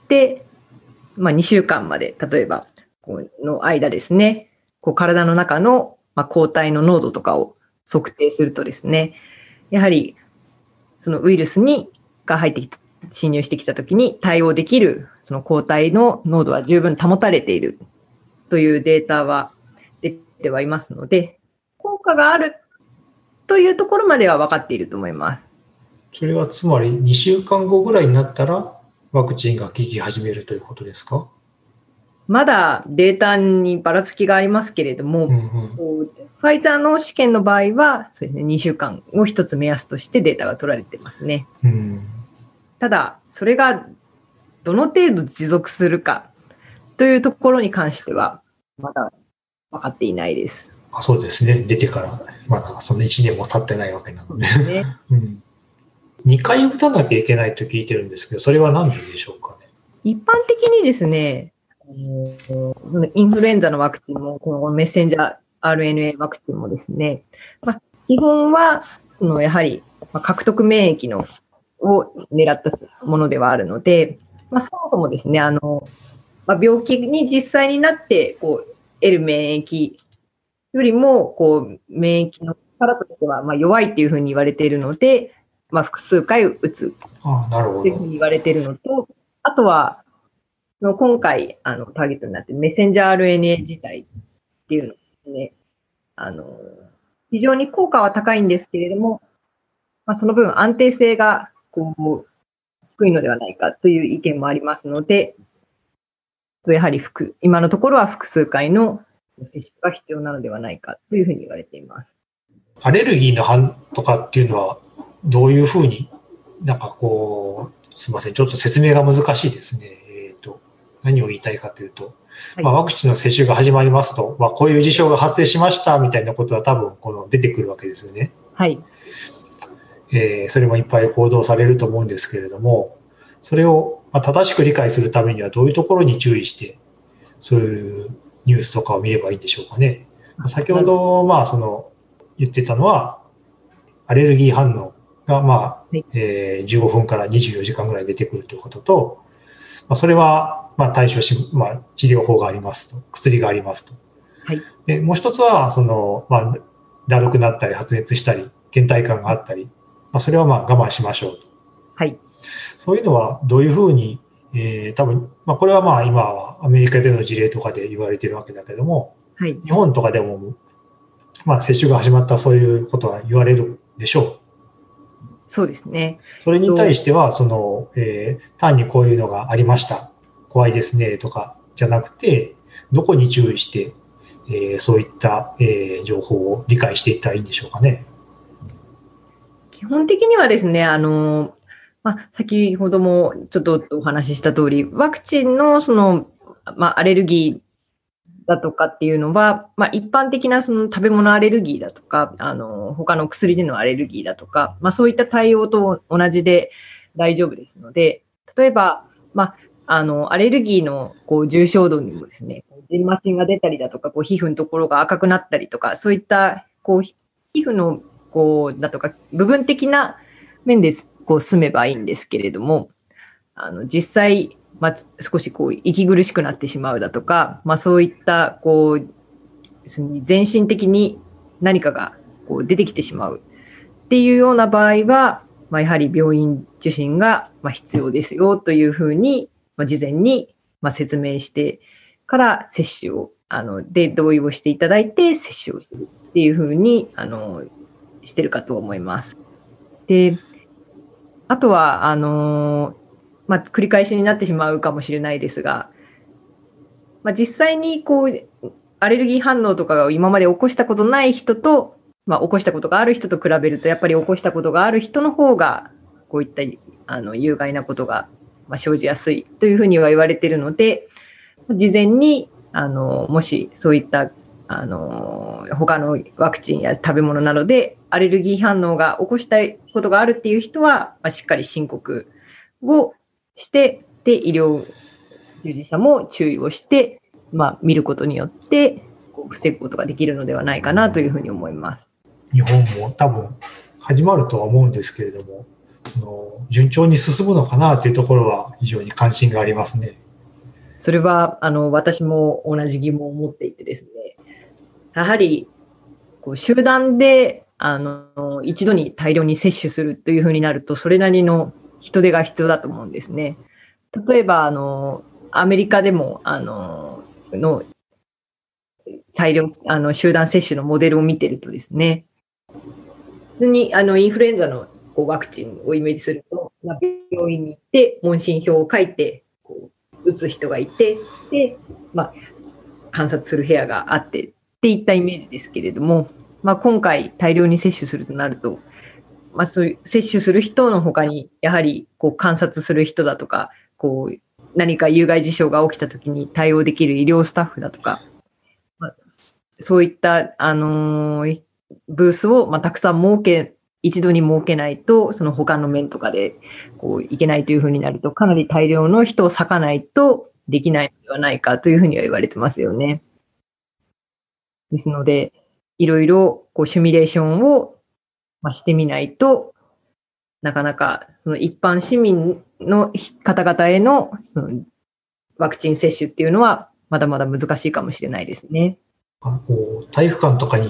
まあ、にしゅうかんまで、例えばこうの間ですね、こう体の中の、まあ、抗体の濃度とかを測定するとですね、やはりそのウイルスにが入ってきた、侵入してきたときに対応できるその抗体の濃度は十分保たれているというデータは出てはいますので、効果があるというところまでは分かっていると思います。 それはつまりにしゅうかんごぐらいになったらワクチンが効き始めるということですか？ まだデータにばらつきがありますけれども、うんうん、ファイザーの試験の場合はそうですね、にしゅうかんを一つ目安としてデータが取られていますね。うん、ただ、それがどの程度持続するかというところに関してはまだ分かっていないです。 あ、そうですね。出てからまだそのいちねんも経ってないわけなので、ねうん、にかい打たなきゃいけないと聞いてるんですけど、それは何ででしょうかね。 一般的にですね、インフルエンザのワクチンもこのメッセンジャー アールエヌエー ワクチンもですね、まあ、基本はそのやはり獲得免疫のを狙ったものではあるので、まあ、そもそもですね、あの、まあ、病気に実際になってこう得る免疫よりもこう免疫の力としてはまあ弱いっていうふうに言われているので、 まあ、複数回打つああ、なるほど。 というふうに言われているのと、あとは、今回あのターゲットになっているメッセンジャー アールエヌエー 自体っていうのですね、あの非常に効果は高いんですけれども、まあ、その分安定性がこう低いのではないかという意見もありますので、やはり複今のところは複数回の接種が必要なのではないかというふうに言われています。 アレルギーの反とかっていうのはどういうふうになんかこう、すみません、ちょっと説明が難しいですね。えっと、何を言いたいかというと、はい、まあ、ワクチンの接種が始まりますと、まあ、こういう事象が発生しましたみたいなことは多分この出てくるわけですよね。 はい。 えー、それもいっぱい報道されると思うんですけれども、それを正しく理解するためにはどういうところに注意して、そういうニュースとかを見ればいいんでしょうかね。先ほど、まあ、その、言ってたのは、アレルギー反応が、まあ、はい、えー、じゅうごふんからにじゅうよじかんぐらい出てくるということと、まあ、それは、まあ、対処し、まあ、治療法がありますと、薬がありますと。 はい。 で、もう一つは、その、まあ、だるくなったり、発熱したり、倦怠感があったり、まあ、それはまあ、我慢しましょうと。 はい。 そういうのは、どういうふうに、えー、多分、まあ、これはまあ、今はアメリカでの事例とかで言われているわけだけども、 はい。 日本とかでも、まあ、接種が始まったそういうことは言われるでしょう。 そうですね。 それに対しては、その、えー、単にこういうのがありました。怖いですね、とか、じゃなくて、どこに注意して、えー、そういった、えー、情報を理解していったらいいんでしょうかね。 基本的にはですね、あの、まあ、先ほどもちょっとお話しした通り、ワクチンのその、まあ、アレルギーだとかっていうのは、まあ、一般的なその食べ物アレルギーだとか、あの、他の薬でのアレルギーだとか、まあ、そういった対応と同じで大丈夫ですので、例えば、まあ、あの、アレルギーのこう重症度にもですね、ジンマシンが出たりだとか、こう皮膚のところが赤くなったりとか、そういったこう皮膚のこうだとか部分的な面でこう済めばいいんですけれども、あの実際、まあ、少しこう息苦しくなってしまうだとか、まあ、そういったこう全身的に何かがこう出てきてしまうっていうような場合は、まあ、やはり病院受診がまあ必要ですよというふうに、まあ、事前にまあ説明してから接種をあので同意をしていただいて接種をするっていうふうにあのしてるかと思います。で、あとはあの、まあ、繰り返しになってしまうかもしれないですが、まあ、実際にこうアレルギー反応とかを今まで起こしたことない人と、まあ、起こしたことがある人と比べると、やっぱり起こしたことがある人の方がこういったあの有害なことがまあ生じやすいというふうには言われているので、事前にあのもしそういったあの他のワクチンや食べ物などでアレルギー反応が起こしたことがあるっていう人は、まあ、しっかり申告をして、で医療従事者も注意をして、まあ、見ることによって防ぐことができるのではないかなというふうに思います。 日本も多分始まるとは思うんですけれども、あの順調に進むのかなというところは非常に関心がありますね。 それはあの私も同じ疑問を持っていてですね、やはりこう集団であの一度に大量に接種するというふうになると、それなりの人手が必要だと思うんですね。例えばあのアメリカでもあのの大量あの集団接種のモデルを見てるとですね、普通にあのインフルエンザのこうワクチンをイメージすると、まあ、病院に行って問診票を書いてこう打つ人がいて、で、まあ、観察する部屋があってっていったイメージですけれども、まあ、今回大量に接種するとなると、まあ、そういう接種する人の他にやはりこう観察する人だとか、こう何か有害事象が起きたときに対応できる医療スタッフだとか、まあ、そういった、あのー、ブースを、まあ、たくさん設け、一度に設けないと、その他の面とかでこういけないというふうになると、かなり大量の人を割かないとできないのではないかというふうには言われてますよね。ですので、いろいろこうシミュレーションを、まあ、してみないと、なかなかその一般市民の方々へのそのワクチン接種っていうのはまだまだ難しいかもしれないですね。 こう体育館とかに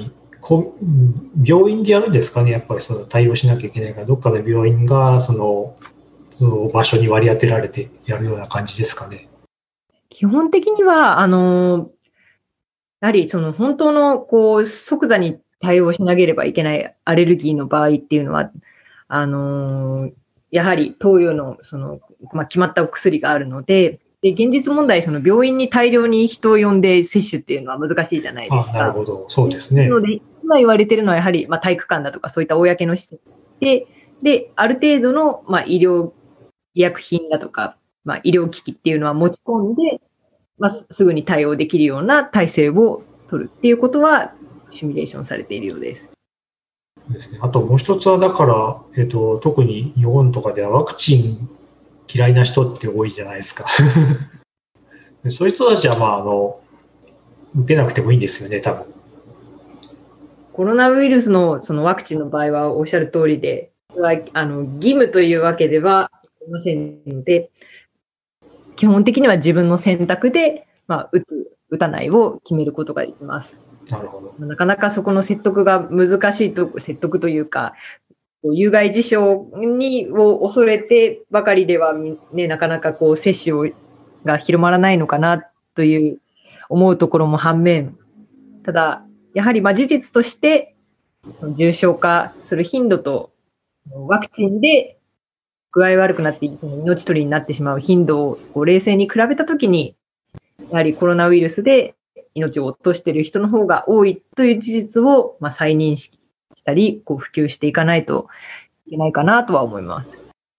こ病院でやるんですかね、やっぱりその対応しなきゃいけないから、どっかの病院がそのその場所に割り当てられてやるような感じですかね。 基本的には、あの、やはりその本当のこう即座に対応しなければいけないアレルギーの場合っていうのは、あの、やはり投与のその、まあ、決まったお薬があるので、で現実問題、その病院に大量に人を呼んで接種っていうのは難しいじゃないですか。 あ、なるほど、そうですね。 なので、今言われているのはやはり、まあ、体育館だとかそういった公の施設で、で、ある程度の、まあ、医療医薬品だとか、まあ、医療機器っていうのは持ち込んで、まあ、すぐに対応できるような体制を取るっていうことはシミュレーションされているようです。 ですね。あともう一つはだから、えっと、特に日本とかではワクチン嫌いな人って多いじゃないですか。そういう人たちは、まあ、あの、受けなくてもいいんですよね、多分。 コロナウイルスのそのワクチンの場合はおっしゃる通りで、あの義務というわけではありませんので、基本的には自分の選択で、まあ、打つ、打たないを決めることができます。 なるほど。 なかなかそこの説得が難しいと、説得というか、有害事象にを恐れてばかりでは、ね、なかなかこう接種をが広まらないのかなという思うところも反面、ただ、やはりまあ事実として重症化する頻度とワクチンで具合悪くなって命取りになってしまう頻度をこう冷静に比べたときに、やはりコロナウイルスで命を落としている人の方が多いという事実をまあ再認識したり、こう普及していかないといけないかなとは思います。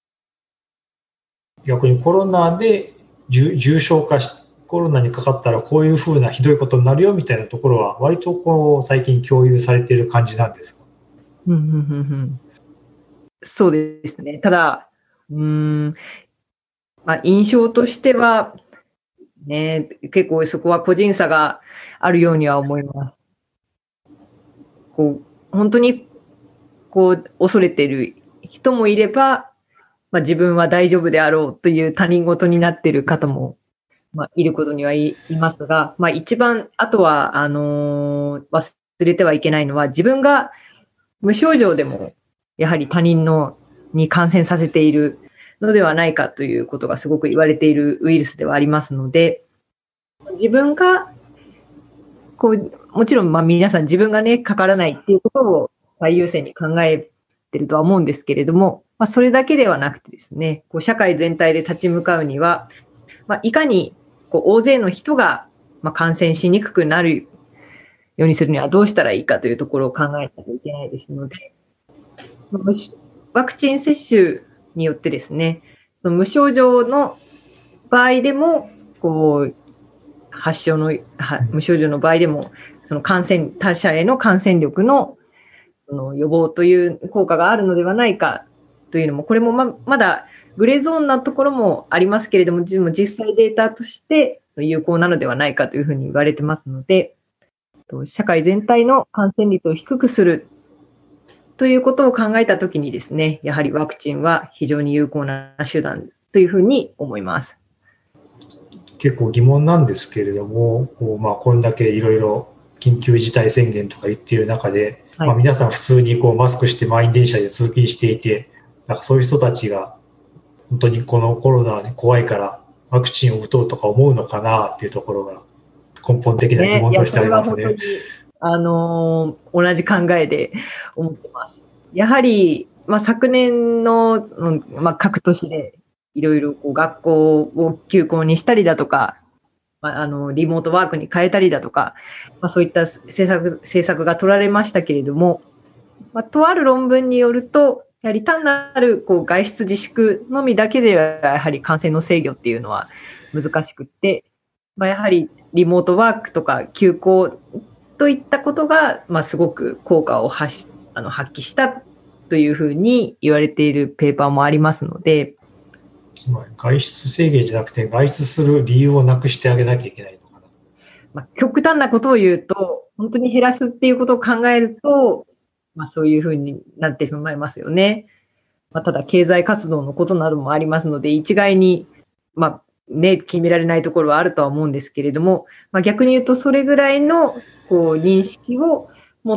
逆にコロナで重症化し、コロナにかかったらこういうふうなひどいことになるよみたいなところは割とこう最近共有されている感じなんですか？ うんうんうんうん、そうですね。ただ、うーん、まあ、印象としては、ね、結構そこは個人差があるようには思います。こう本当にこう恐れている人もいれば、まあ、自分は大丈夫であろうという他人事になっている方も、まあ、いることにはいますが、まあ、一番、あとは、あのー、忘れてはいけないのは、自分が無症状でも、やはり他人のに感染させているのではないかということがすごく言われているウイルスではありますので、自分が、こう、もちろん、まあ、皆さん自分がね、かからないっていうことを最優先に考えてるとは思うんですけれども、まあ、それだけではなくてですね、こう社会全体で立ち向かうには、まあ、いかにこう大勢の人がまあ感染しにくくなるようにするにはどうしたらいいかというところを考えなきゃいけないですので、ワクチン接種によってですね、その無症状の場合でも、こう、発症の、無症状の場合でも、その感染、他者への感染力のその予防という効果があるのではないかというのも、これも ま, まだグレーゾーンなところもありますけれども、実際データとして有効なのではないかというふうに言われてますので、社会全体の感染率を低くするということを考えたときにですね、やはりワクチンは非常に有効な手段というふうに思います。 結構疑問なんですけれども、こうまあこんだけいろいろ緊急事態宣言とか言っている中で、はい、まあ、皆さん普通にこうマスクして満員電車で通勤していて、なんかそういう人たちが本当にこのコロナ怖いからワクチンを打とうとか思うのかなっていうところが根本的な疑問としてありますね。 ね、あのー、同じ考えで思ってます。やはり、まあ、昨年の、まあ、各都市でいろいろこう学校を休校にしたりだとか、まあ、あのリモートワークに変えたりだとか、まあ、そういった政策、政策が取られましたけれども、まあ、とある論文によると、やはり単なるこう外出自粛のみだけではやはり感染の制御っていうのは難しくって、まあ、やはりリモートワークとか休校といったことが、まあ、すごく効果を発し、あの発揮したというふうに言われているペーパーもありますので、 つまり外出制限じゃなくて外出する理由をなくしてあげなきゃいけないのかな。 まあ、極端なことを言うと、本当に減らすっていうことを考えると、まあ、そういうふうになってしまいますよね。まあ、ただ経済活動のことなどもありますので、一概に、まあね、決められないところはあるとは思うんですけれども、まあ、逆に言うとそれぐらいのこう認識を持っ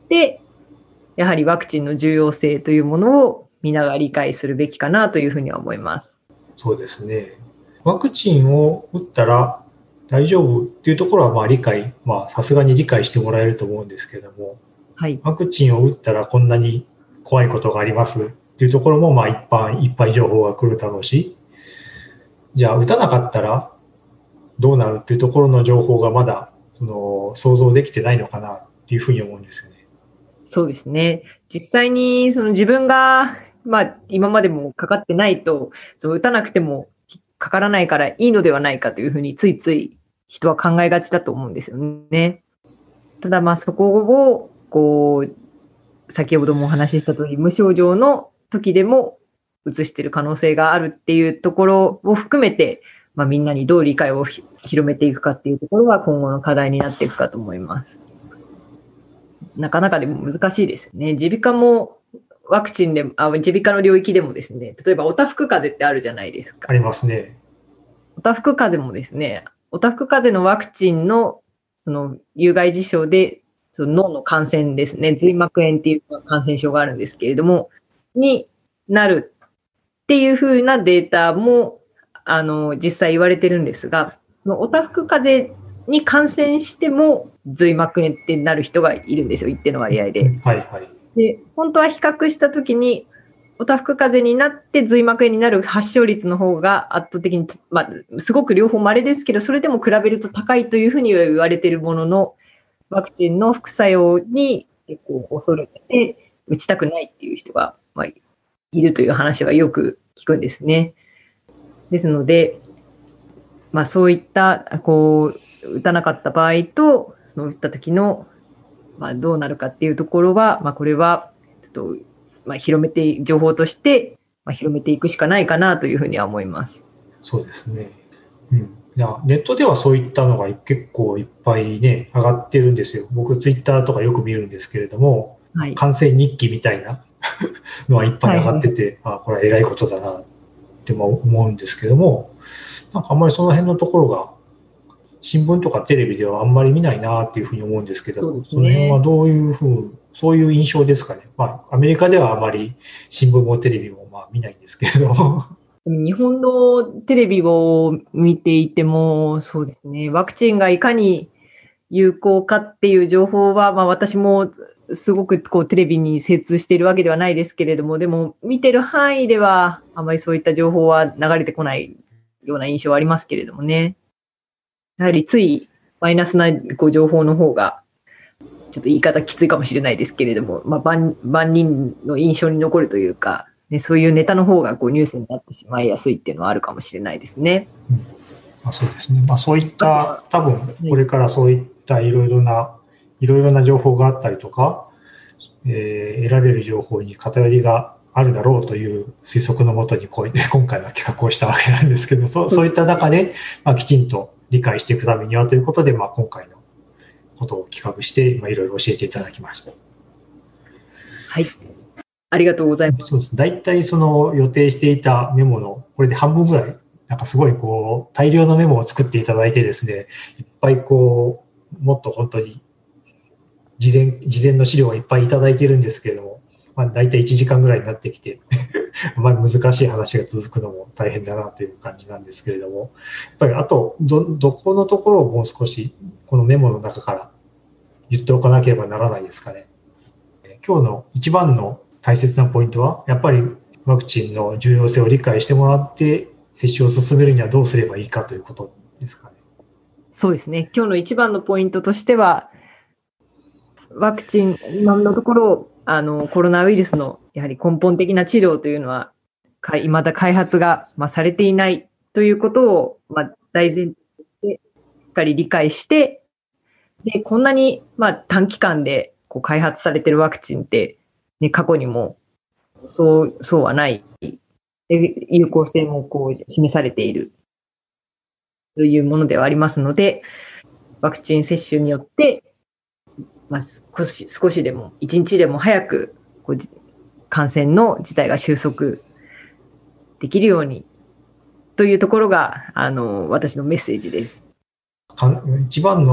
で、やはりワクチンの重要性というものを皆が理解するべきかなというふうには思います。 そうですね。ワクチンを打ったら大丈夫っていうところはまあ理解、まあさすがに理解してもらえると思うんですけれども、 はい、 ワクチンを打ったらこんなに怖いことがありますっていうところもまあ一般いっぱい情報が来るだろうし、じゃあ打たなかったらどうなるっていうところの情報がまだその想像できてないのかなっていうふうに思うんですよね。 そうですね。実際にその自分が、まあ、今までもかかってないと、その打たなくてもかからないからいいのではないかというふうについつい人は考えがちだと思うんですよね。ただまあそこをこう先ほどもお話しした通り無症状の時でもうつしている可能性があるっていうところを含めて、まあ、みんなにどう理解を広めていくかっていうところは今後の課題になっていくかと思います。なかなかでも難しいですよね。耳鼻科もワクチンでも、あ、耳鼻科の領域でもですね、例えばおたふく風邪ってあるじゃないですか。 ありますね。 おたふく風邪もですね、おたふく風邪のワクチンのその有害事象でその脳の感染ですね、髄膜炎っていう感染症があるんですけれども、になるっていう風なデータもあの実際言われてるんですが、そのおたふく風邪に感染しても髄膜炎ってなる人がいるんですよ、一定の割合で。 はいはい。 で、本当は比較したときに、おたふく風邪になって髄膜炎になる発症率の方が圧倒的に、まあ、すごく両方稀ですけど、それでも比べると高いというふうに言われているものの、ワクチンの副作用に結構恐れて打ちたくないっていう人が、まあ、いるという話はよく聞くんですね。ですので、まあ、そういったこう打たなかった場合と、その打った時のまあ、どうなるかっていうところは、まあ、これはちょっと、まあ、広めて情報として、まあ、広めていくしかないかなというふうには思います。 そうですね。うん、いやネットではそういったのが結構いっぱいね上がってるんですよ。僕ツイッターとかよく見るんですけれども、はい、感染日記みたいなのはいっぱい上がってて、はい、あこれは偉いことだなって思うんですけども、なんかあんまりその辺のところが新聞とかテレビではあんまり見ないなっていうふうに思うんですけど、そうですね、その辺はどういうふう、そういう印象ですかね。まあ、アメリカではあまり新聞もテレビもまあ見ないんですけれども。 日本のテレビを見ていても、そうですね、ワクチンがいかに有効かっていう情報は、まあ私もすごくこうテレビに精通しているわけではないですけれども、でも見てる範囲ではあまりそういった情報は流れてこないような印象はありますけれどもね。やはりついマイナスなこう情報の方が、ちょっと言い方きついかもしれないですけれども、まあ、万, 万人の印象に残るというか、ね、そういうネタの方がこうニュースになってしまいやすいっていうのはあるかもしれないですね。 うん、まあ、そうですね。まあ、そういった多分これからそういったいろいろないろいろな情報があったりとか、えー、得られる情報に偏りがあるだろうという推測のもとにこう今回の企画をしたわけなんですけど、そ う, そういった中で、まあ、きちんと理解していくためにはということで、まあ、今回のことを企画して、まあ、いろいろ教えていただきました。 はい。ありがとうございます。 そうです。大体その予定していたメモの、これで半分ぐらい、なんかすごいこう、大量のメモを作っていただいてですね、いっぱいこう、もっと本当に、事前、事前の資料がいっぱいいただいているんですけれども、まあ、大体いちじかんぐらいになってきて、まあ難しい話が続くのも大変だなという感じなんですけれども、やっぱりあと、ど、どこのところをもう少し、このメモの中から言っておかなければならないですかね。今日の一番の大切なポイントは、やっぱりワクチンの重要性を理解してもらって、接種を進めるにはどうすればいいかということですかね。 そうですね。今日の一番のポイントとしては、ワクチン、今のところ、あの、コロナウイルスのやはり根本的な治療というのは、いまだ開発が、まあ、されていないということを、まあ、大前提でしっかり理解して、で、こんなに、まあ、短期間でこう開発されているワクチンって、ね、過去にもそう、そうはない、有効性もこう示されているというものではありますので、ワクチン接種によって、まあ、少し、少しでも、一日でも早くこう感染の事態が収束できるようにというところが、あの、私のメッセージです。 一番の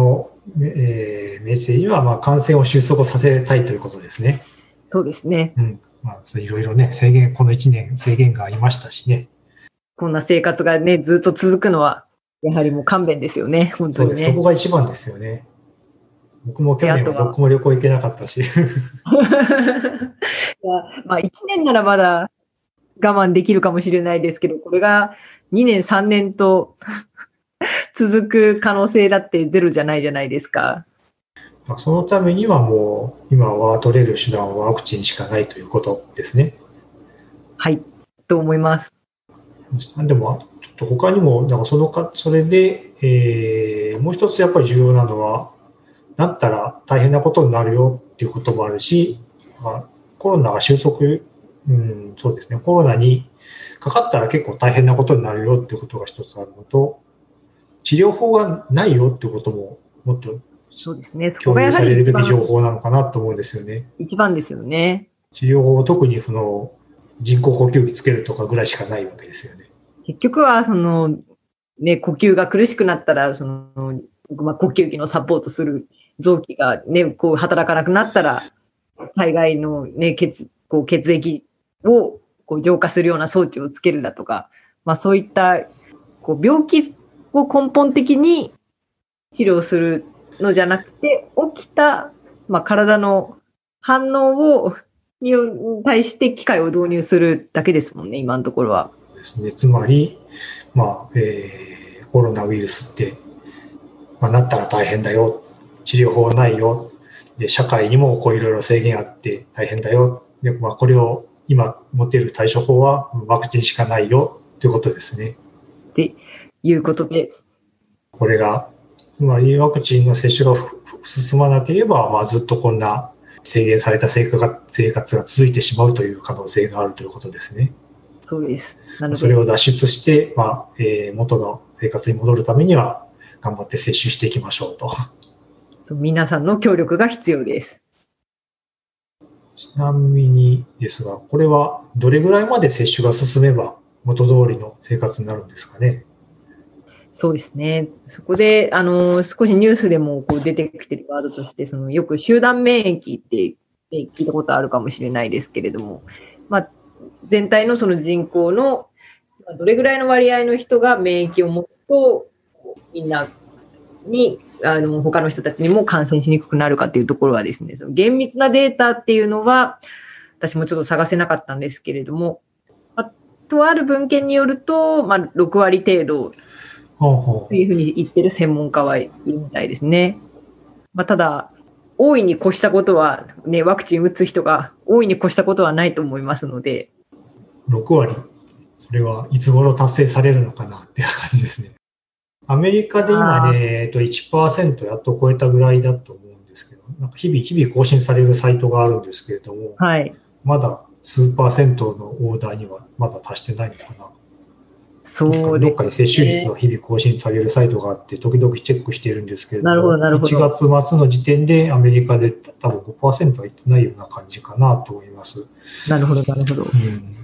えー、メッセージは、まあ、感染を収束させたいということですね。 そうですね。 うん。まあ、いろいろね、制限、このいちねん制限がありましたしね。 こんな生活がね、ずっと続くのは、やはりもう勘弁ですよね、本当にね。 そうです。そこが一番ですよね。僕も去年はどこも旅行行けなかったし。いやまあ、いちねんならまだ我慢できるかもしれないですけど、これがにねん、さんねんと続く可能性だってゼロじゃないじゃないですか。 そのためにはもう、今は取れる手段はワクチンしかないということですね。 はい、と思います。 でも、ちょっと他にも、なんかそのか、それで、えー、もう一つやっぱり重要なのは、なったら大変なことになるよっていうこともあるし、まあ、コロナが収束、うん、そうですね、コロナにかかったら結構大変なことになるよっていうことが一つあるのと、治療法がないよっていうことももっとそうですね、 共有されるべき情報なのかなと思うんですよね。 一番ですよね。 治療法を特にその人工呼吸器つけるとかぐらいしかないわけですよね。 結局はその、ね、呼吸が苦しくなったらその、まあ、呼吸器のサポートする臓器が、ね、こう働かなくなったら体外の、ね、血こう血液をこう浄化するような装置をつけるだとか、まあ、そういったこう病気を根本的に治療するのじゃなくて、起きた、まあ、体の反応をに対して機械を導入するだけですもんね、今のところは。 ですね、つまり、まあえー、コロナウイルスって、まあ、なったら大変だよ、治療法ないよ、で社会にもこういろいろ制限あって大変だよ、で、まあ、これを今持っている対処法はワクチンしかないよということですね。 っていうことです。 これが、つまりワクチンの接種が進まなければ、まあ、ずっとこんな制限された生活が、生活が続いてしまうという可能性があるということですね。 そうです。なのでそれを脱出して、まあえー、元の生活に戻るためには頑張って接種していきましょうと。 皆さんの協力が必要です。 ちなみにですが、これはどれぐらいまで接種が進めば元通りの生活になるんですかね。 そうですね。そこで、あの、少しニュースでもこう出てきているワードとして、そのよく集団免疫って聞いたことあるかもしれないですけれども、まあ、全体のその人口のどれぐらいの割合の人が免疫を持つと、みんなに、あの、他の人たちにも感染しにくくなるかっていうところはですね、その厳密なデータっていうのは、私もちょっと探せなかったんですけれども、まあ、とある文献によると、まあ、ろく割程度というふうに言ってる専門家はいるみたいですね。まあ、ただ、大いに越したことは、ね、ワクチン打つ人が大いに越したことはないと思いますので。 ろく割、それはいつ頃達成されるのかなっていう感じですね。アメリカで今ね、えっと、いちパーセント やっと超えたぐらいだと思うんですけど、なんか日々、日々更新されるサイトがあるんですけれども、 はい、 まだ数パーセントのオーダーにはまだ達してないのかな。 そうですね。 どっかに接種率が日々更新されるサイトがあって、時々チェックしているんですけれども、 なるほどなるほど。 いちがつ末の時点でアメリカで多分 ごパーセント はいってないような感じかなと思います。 なるほど、なるほど。 うん、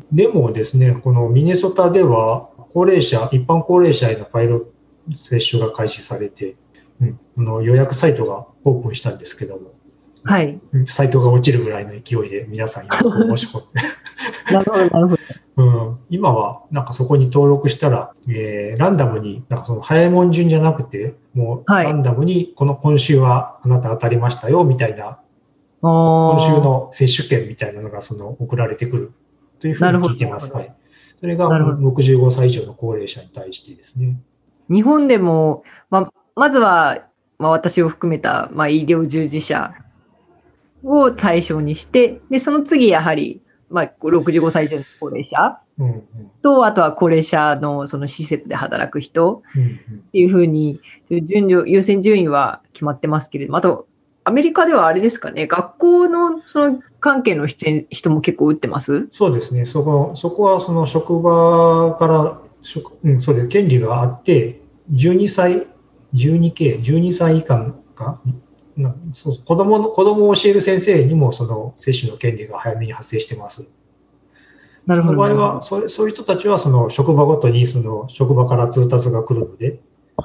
でもですね、このミネソタでは、高齢者、一般高齢者へのパイロット接種が開始されて、うん、この予約サイトがオープンしたんですけども、 はい、 サイトが落ちるぐらいの勢いで皆さん今申し込んでなるほど、なるほど。 うん、今はなんかそこに登録したら、えー、ランダムになんかその早いもん順じゃなくて、もうランダムにこの今週はあなた当たりましたよみたいな、今週の接種券みたいなのがその送られてくるというふうに聞いてます。はい。それがろくじゅうごさい以上の高齢者に対してですね。 日本でも、まあ、まずは、まあ、私を含めた、まあ、医療従事者を対象にして、で、その次やはり、まあ、ろくじゅうごさい以上の高齢者と、うんうん、あとは高齢者のその施設で働く人っていうふうに、順序、優先順位は決まってますけれども、あと、アメリカではあれですかね、学校のその関係の人も結構打ってます？ そうですね、そこ、そこはその職場から、うん、そうです、権利があって、じゅうにさい、じゅうにケー、じゅうにさい以下か、そう子供の子供を教える先生にもその接種の権利が早めに発生してます。 なるほど。 その場合はそう、そういう人たちはその職場ごとにその職場から通達が来るので、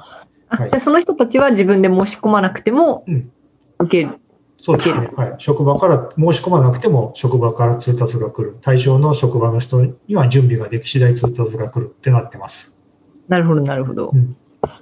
あ、 はいじゃあその人たちは自分で申し込まなくてもうん受ける。 そうですね。はい。職場から申し込まなくても、職場から通達が来る。対象の職場の人には準備ができ次第通達が来るってなってます。 なるほど、なるほど。 うん、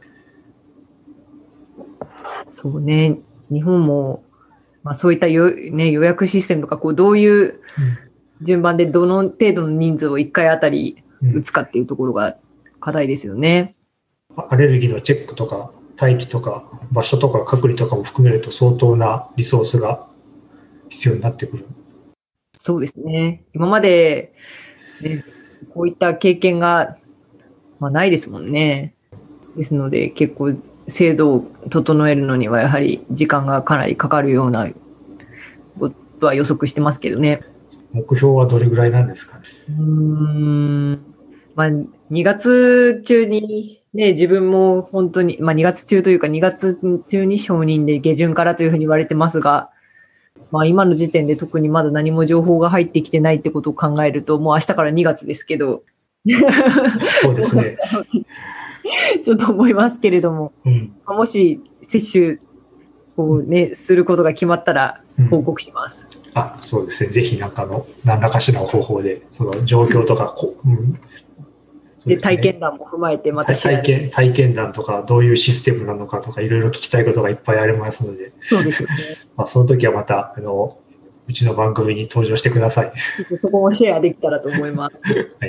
そうね。日本も、まあ、そういったよ、ね、予約システムとか、こうどういう順番でどの程度の人数をいっかいあたり打つかっていうところが課題ですよね。 うん、アレルギーのチェックとか、待機とか、場所とか隔離とかも含めると相当なリソースが必要になってくる。そうですね。今まで、ね、こういった経験が、まあ、ないですもんね。ですので、結構、制度を整えるのにはやはり時間がかなりかかるようなことは予測してますけどね。 目標はどれぐらいなんですかね。 うーん、まあ、にがつ中にね、自分も本当に、まあにがつ中というかにがつ中に承認で下旬からというふうに言われてますが、まあ今の時点で特にまだ何も情報が入ってきてないってことを考えると、もう明日からにがつですけど。 そうですね。 ちょっと思いますけれども、うん、もし接種を、ね、することが決まったら報告します。 うん、あ、そうですね。ぜひなんかの何らかしらの方法でその状況とかこ、うん、 で、ね、体験談も踏まえてまた体験体験談とかどういうシステムなのかとかいろいろ聞きたいことがいっぱいありますので、 そうですよね。 まあその時はまたあのうちの番組に登場してください。 そこもシェアできたらと思います。 はい。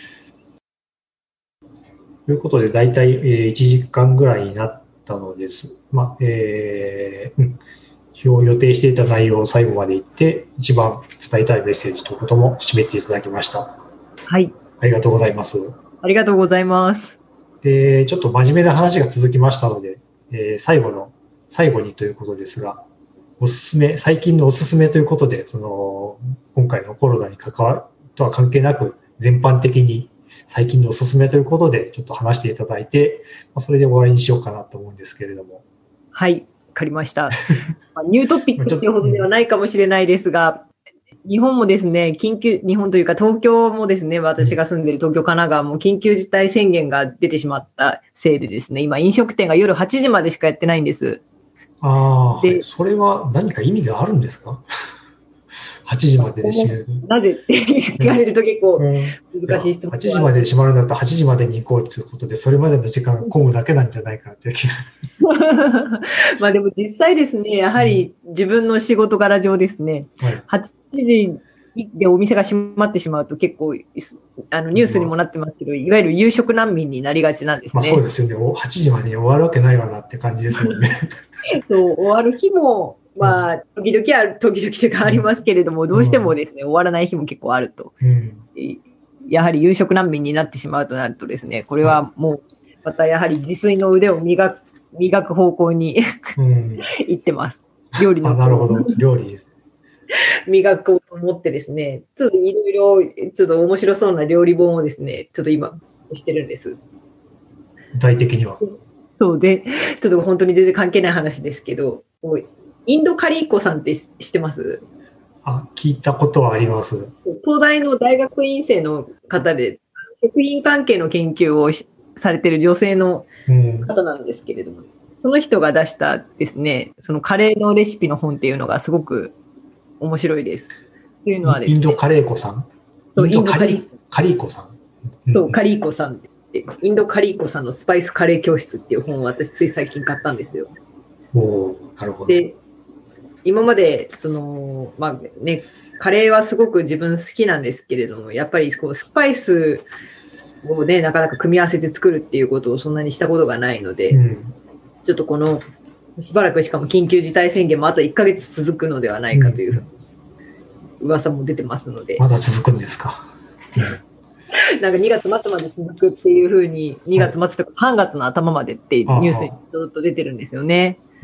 ということで、だいたいいちじかんぐらいになったのです。まあ、えー、うん。今日予定していた内容を最後まで言って、一番伝えたいメッセージということも締めていただきました。 はい。 ありがとうございます。 ありがとうございます。 で、ちょっと真面目な話が続きましたので、えー、最後の、最後にということですが、おすすめ、最近のおすすめということで、その、今回のコロナに関わるとは関係なく、全般的に最近のおすすめということで、ちょっと話していただいて、それで終わりにしようかなと思うんですけれども。 はい、わかりました。ニュートピックというほどではないかもしれないですが、日本もですね、緊急、日本というか東京もですね、私が住んでいる東京、神奈川も緊急事態宣言が出てしまったせいでですね、今飲食店が夜はちじまでしかやってないんです。 ああ、で、それは何か意味があるんですか？はちじまでで閉める。 なぜって聞かれると結構難しい質問、 うん、はちじまでで閉まるんだったらはちじまでに行こうということで、それまでの時間が混むだけなんじゃないかっていう気が。 まあでも実際ですね、やはり自分の仕事柄上ですね、はい、はちじでお店が閉まってしまうと結構あのニュースにもなってますけど、いわゆる夕食難民になりがちなんですね。 まあ、そうですよね。はちじまでに終わるわけないわなって感じですよね。 そう、終わる日も、まあ、時々ある、時々というかありますけれども、どうしてもですね、終わらない日も結構あると。うん、やはり夕食難民になってしまうとなるとですね、これはもう、またやはり自炊の腕を磨く、磨く方向に行ってます。料理の。 あ、なるほど。料理です。 磨こうと思ってですね、ちょっといろいろ、ちょっと面白そうな料理本をですね、ちょっと今、してるんです。 具体的には。 そうで、ちょっと本当に全然関係ない話ですけど、インドカリーコさんって知ってます？ あ、聞いたことはあります。 東大の大学院生の方で、食品関係の研究をされている女性の方なんですけれども、うん、その人が出したですね、そのカレーのレシピの本っていうのがすごく面白いです。というのはですね、 インドカレーコさん？インドカリーコさん、 うん、そう、カリーコさん。インドカリーコさんのスパイスカレー教室っていう本を私つい最近買ったんですよ。 おー、なるほど。 で、今までその、まあね、カレーはすごく自分好きなんですけれども、やっぱりこうスパイスをね、なかなか組み合わせて作るっていうことをそんなにしたことがないので、うん、ちょっとこのしばらくしかも緊急事態宣言もあといっかげつ続くのではないかという噂も出てますので。 まだ続くんですか？ なんかにがつ末まで続くっていうふうに、にがつ末とかさんがつの頭までってニュースにずっと出てるんですよね。うん、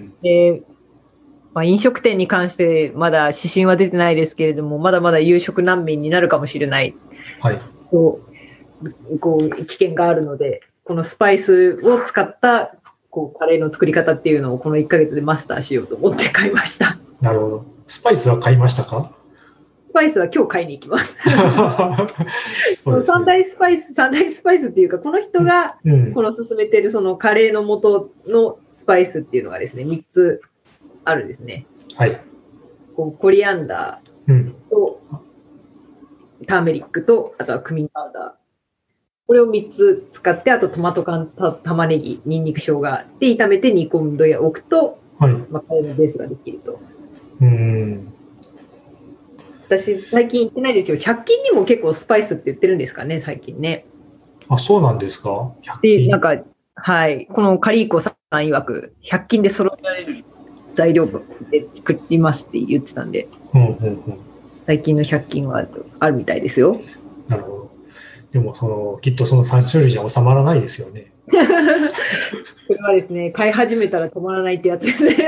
で、まあ、飲食店に関してまだ指針は出てないですけれども、まだまだ夕食難民になるかもしれない、はい、こう、こう危険があるので、このスパイスを使ったこうカレーの作り方っていうのをこのいっかげつでマスターしようと思って買いました。 なるほど。スパイスは買いましたか？ スパイスは今日買いに行きます。 そうですね。 三大スパイス、三大スパイスっていうか、この人がこの勧めてるそのカレーの素のスパイスっていうのがですね、みっつあるんですね。 はい。 こうコリアンダーと、うん、ターメリックと、あとはクミンパウダー。これをみっつ使って、あとトマト缶、た玉ねぎ、ニンニク、生姜で炒めて煮込んでおくと、はい、まあ、カレーのベースができると。 うん。 私、最近言ってないですけど、ひゃく均にも結構スパイスって言ってるんですかね、最近ね。 あ、そうなんですか？ ひゃく均。で、なんか、はい。このカリーコさん曰く、ひゃく均で揃えられる材料で作りますって言ってたんで、 うんうんうん、 最近のひゃく均はあるみたいですよ。 なるほど。でも、その、きっとそのさん種類じゃ収まらないですよね。 これはですね、買い始めたら止まらないってやつですね。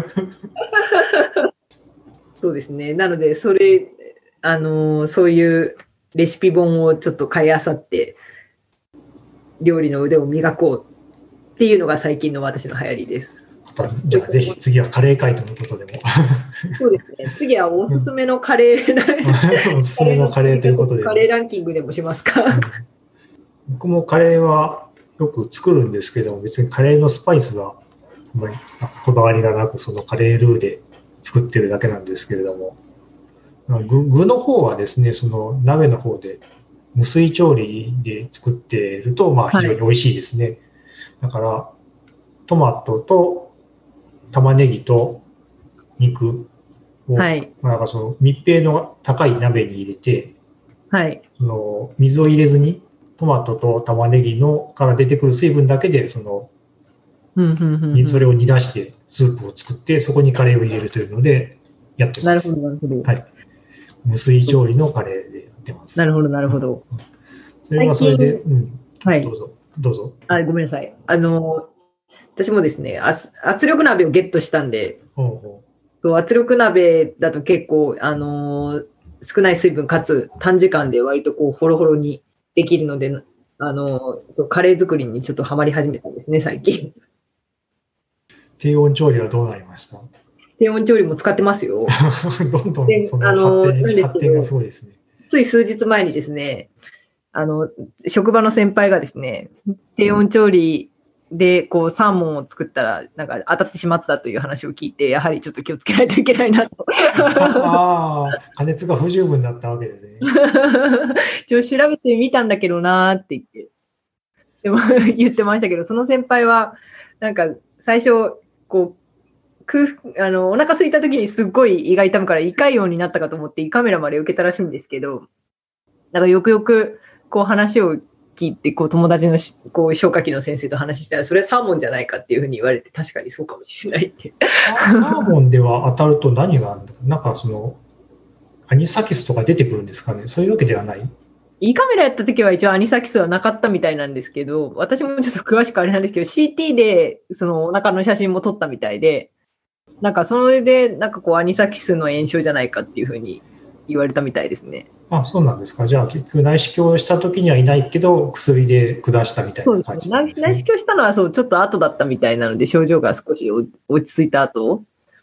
そうですね。なので、それ、あのー、そういうレシピ本をちょっと買い漁って、料理の腕を磨こうっていうのが最近の私の流行りです。 じゃあ、ぜひ次はカレー会ということでも。 そうですね。次はおすすめのカレー、 うん、おすすめのカレーということで。 カレーランキングでもしますか。うん、 僕もカレーはよく作るんですけど、別にカレーのスパイスがあまりこだわりがなく、そのカレールーで作ってるだけなんですけれども、具、具の方はですね、その鍋の方で無水調理で作っていると、まあ非常に美味しいですね。はい、だから、トマトと玉ねぎと肉を、はい、まあ、なんかその密閉の高い鍋に入れて、 はい、 その水を入れずにトマトと玉ねぎのから出てくる水分だけでその、 うんうんうんうん、 それを煮出してスープを作ってそこにカレーを入れるというのでやってます。 なるほどなるほど。 はい、無水調理のカレーでやってます。 なるほどなるほど。 それはそれで、うん、はい、どうぞどうぞ。 あ、ごめんなさい。あの私もですね、圧力鍋をゲットしたんで、 ほうほう圧力鍋だと結構、あのー、少ない水分かつ短時間で割とこうホロホロにできるので、あのー、そうカレー作りにちょっとハマり始めたんですね、最近。 低温調理はどうなりました？ 低温調理も使ってますよ。 どんどんその発展、あのー、発展がすごいですね。 つい数日前にですね、あの、職場の先輩がですね、低温調理で、こう、サーモンを作ったら、なんか当たってしまったという話を聞いて、やはりちょっと気をつけないといけないなと。 ああ、加熱が不十分だったわけですね。 一応調べてみたんだけどなーって言って、でも言ってましたけど、その先輩は、なんか最初、こう、空あのお腹空いた時にすっごい胃が痛むから胃潰瘍になったかと思って胃カメラまで受けたらしいんですけど、なんかよくよくこう話を聞いて、こう友達のこう消化器の先生と話したら、それはサーモンじゃないかっていうふうに言われて、確かにそうかもしれないって。 サーモンでは当たると何があるのか、なんかそのアニサキスとか出てくるんですかね。そういうわけではない。 胃カメラやった時は一応アニサキスはなかったみたいなんですけど、私もちょっと詳しくあれなんですけど、シーティー でそのお腹の写真も撮ったみたいで、なんかそれでなんかこうアニサキスの炎症じゃないかっていうふうに言われたみたいですね。 あ、そうなんですか。じゃあ結局内視鏡した時にはいないけど薬で下したみたいな感じなんですね。 内視鏡したのはそうちょっと後だったみたいなので、症状が少し落ち着いた後。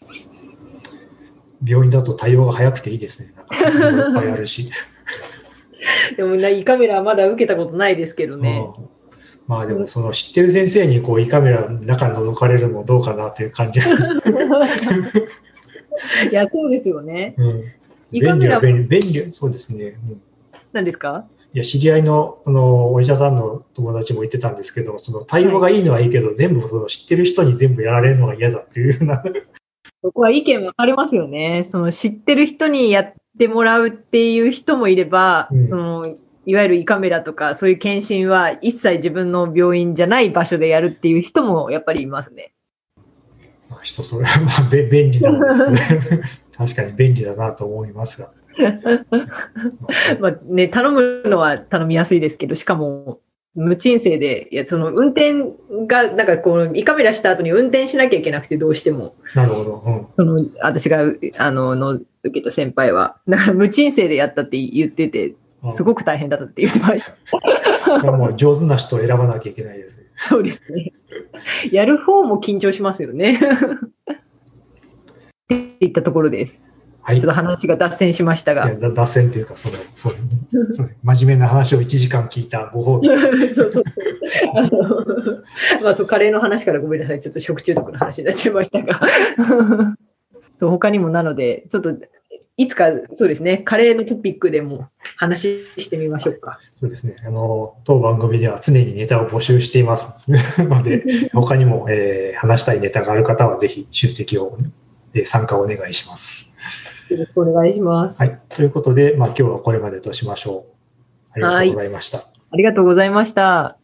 病院だと対応が早くていいですね。なんか説明もいっぱいあるし。 でも胃カメラはまだ受けたことないですけどね。 うん、まあでもその知ってる先生にこう胃カメラの中に覗かれるのもどうかなという感じ。いやそうですよね。 うん、便利は便利、便利、そうですね。うん、 何ですか？ いや知り合いの、あのお医者さんの友達も言ってたんですけど、その対応がいいのはいいけど、はい、全部その知ってる人に全部やられるのが嫌だっていうような。 そこは意見分かれますよね。その知ってる人にやってもらうっていう人もいれば、うん、そのいわゆる胃カメラとかそういう検診は一切自分の病院じゃない場所でやるっていう人もやっぱりいますね。 まあ、人それはまあ便利なんですけど、ね、確かに便利だなと思いますが。 まあね、頼むのは頼みやすいですけど、しかも無鎮静で、いやその運転がなんかこう胃カメラした後に運転しなきゃいけなくてどうしても。 なるほど。うん、 その私があのの受けた先輩はだから無鎮静でやったって言ってて。すごく大変だったって言ってました。 もう上手な人を選ばなきゃいけないですね。 そうですね。やる方も緊張しますよね。っていったところです。 はい。 ちょっと話が脱線しましたが。 いや脱線というか、その、そう、そう真面目な話をいちじかん聞いたご褒美。 そうそう。あの、まあそう、カレーの話からごめんなさい。ちょっと食中毒の話になっちゃいましたが。そう、他にもなので、ちょっと、いつかそうですね、カレーのトピックでも話してみましょうか。 そうですね。あの、当番組では常にネタを募集していますので、他にも、えー、話したいネタがある方はぜひ出席を、えー、参加をお願いします。 よろしくお願いします。 はい。ということで、まあ今日はこれまでとしましょう。ありがとうございました。 ありがとうございました。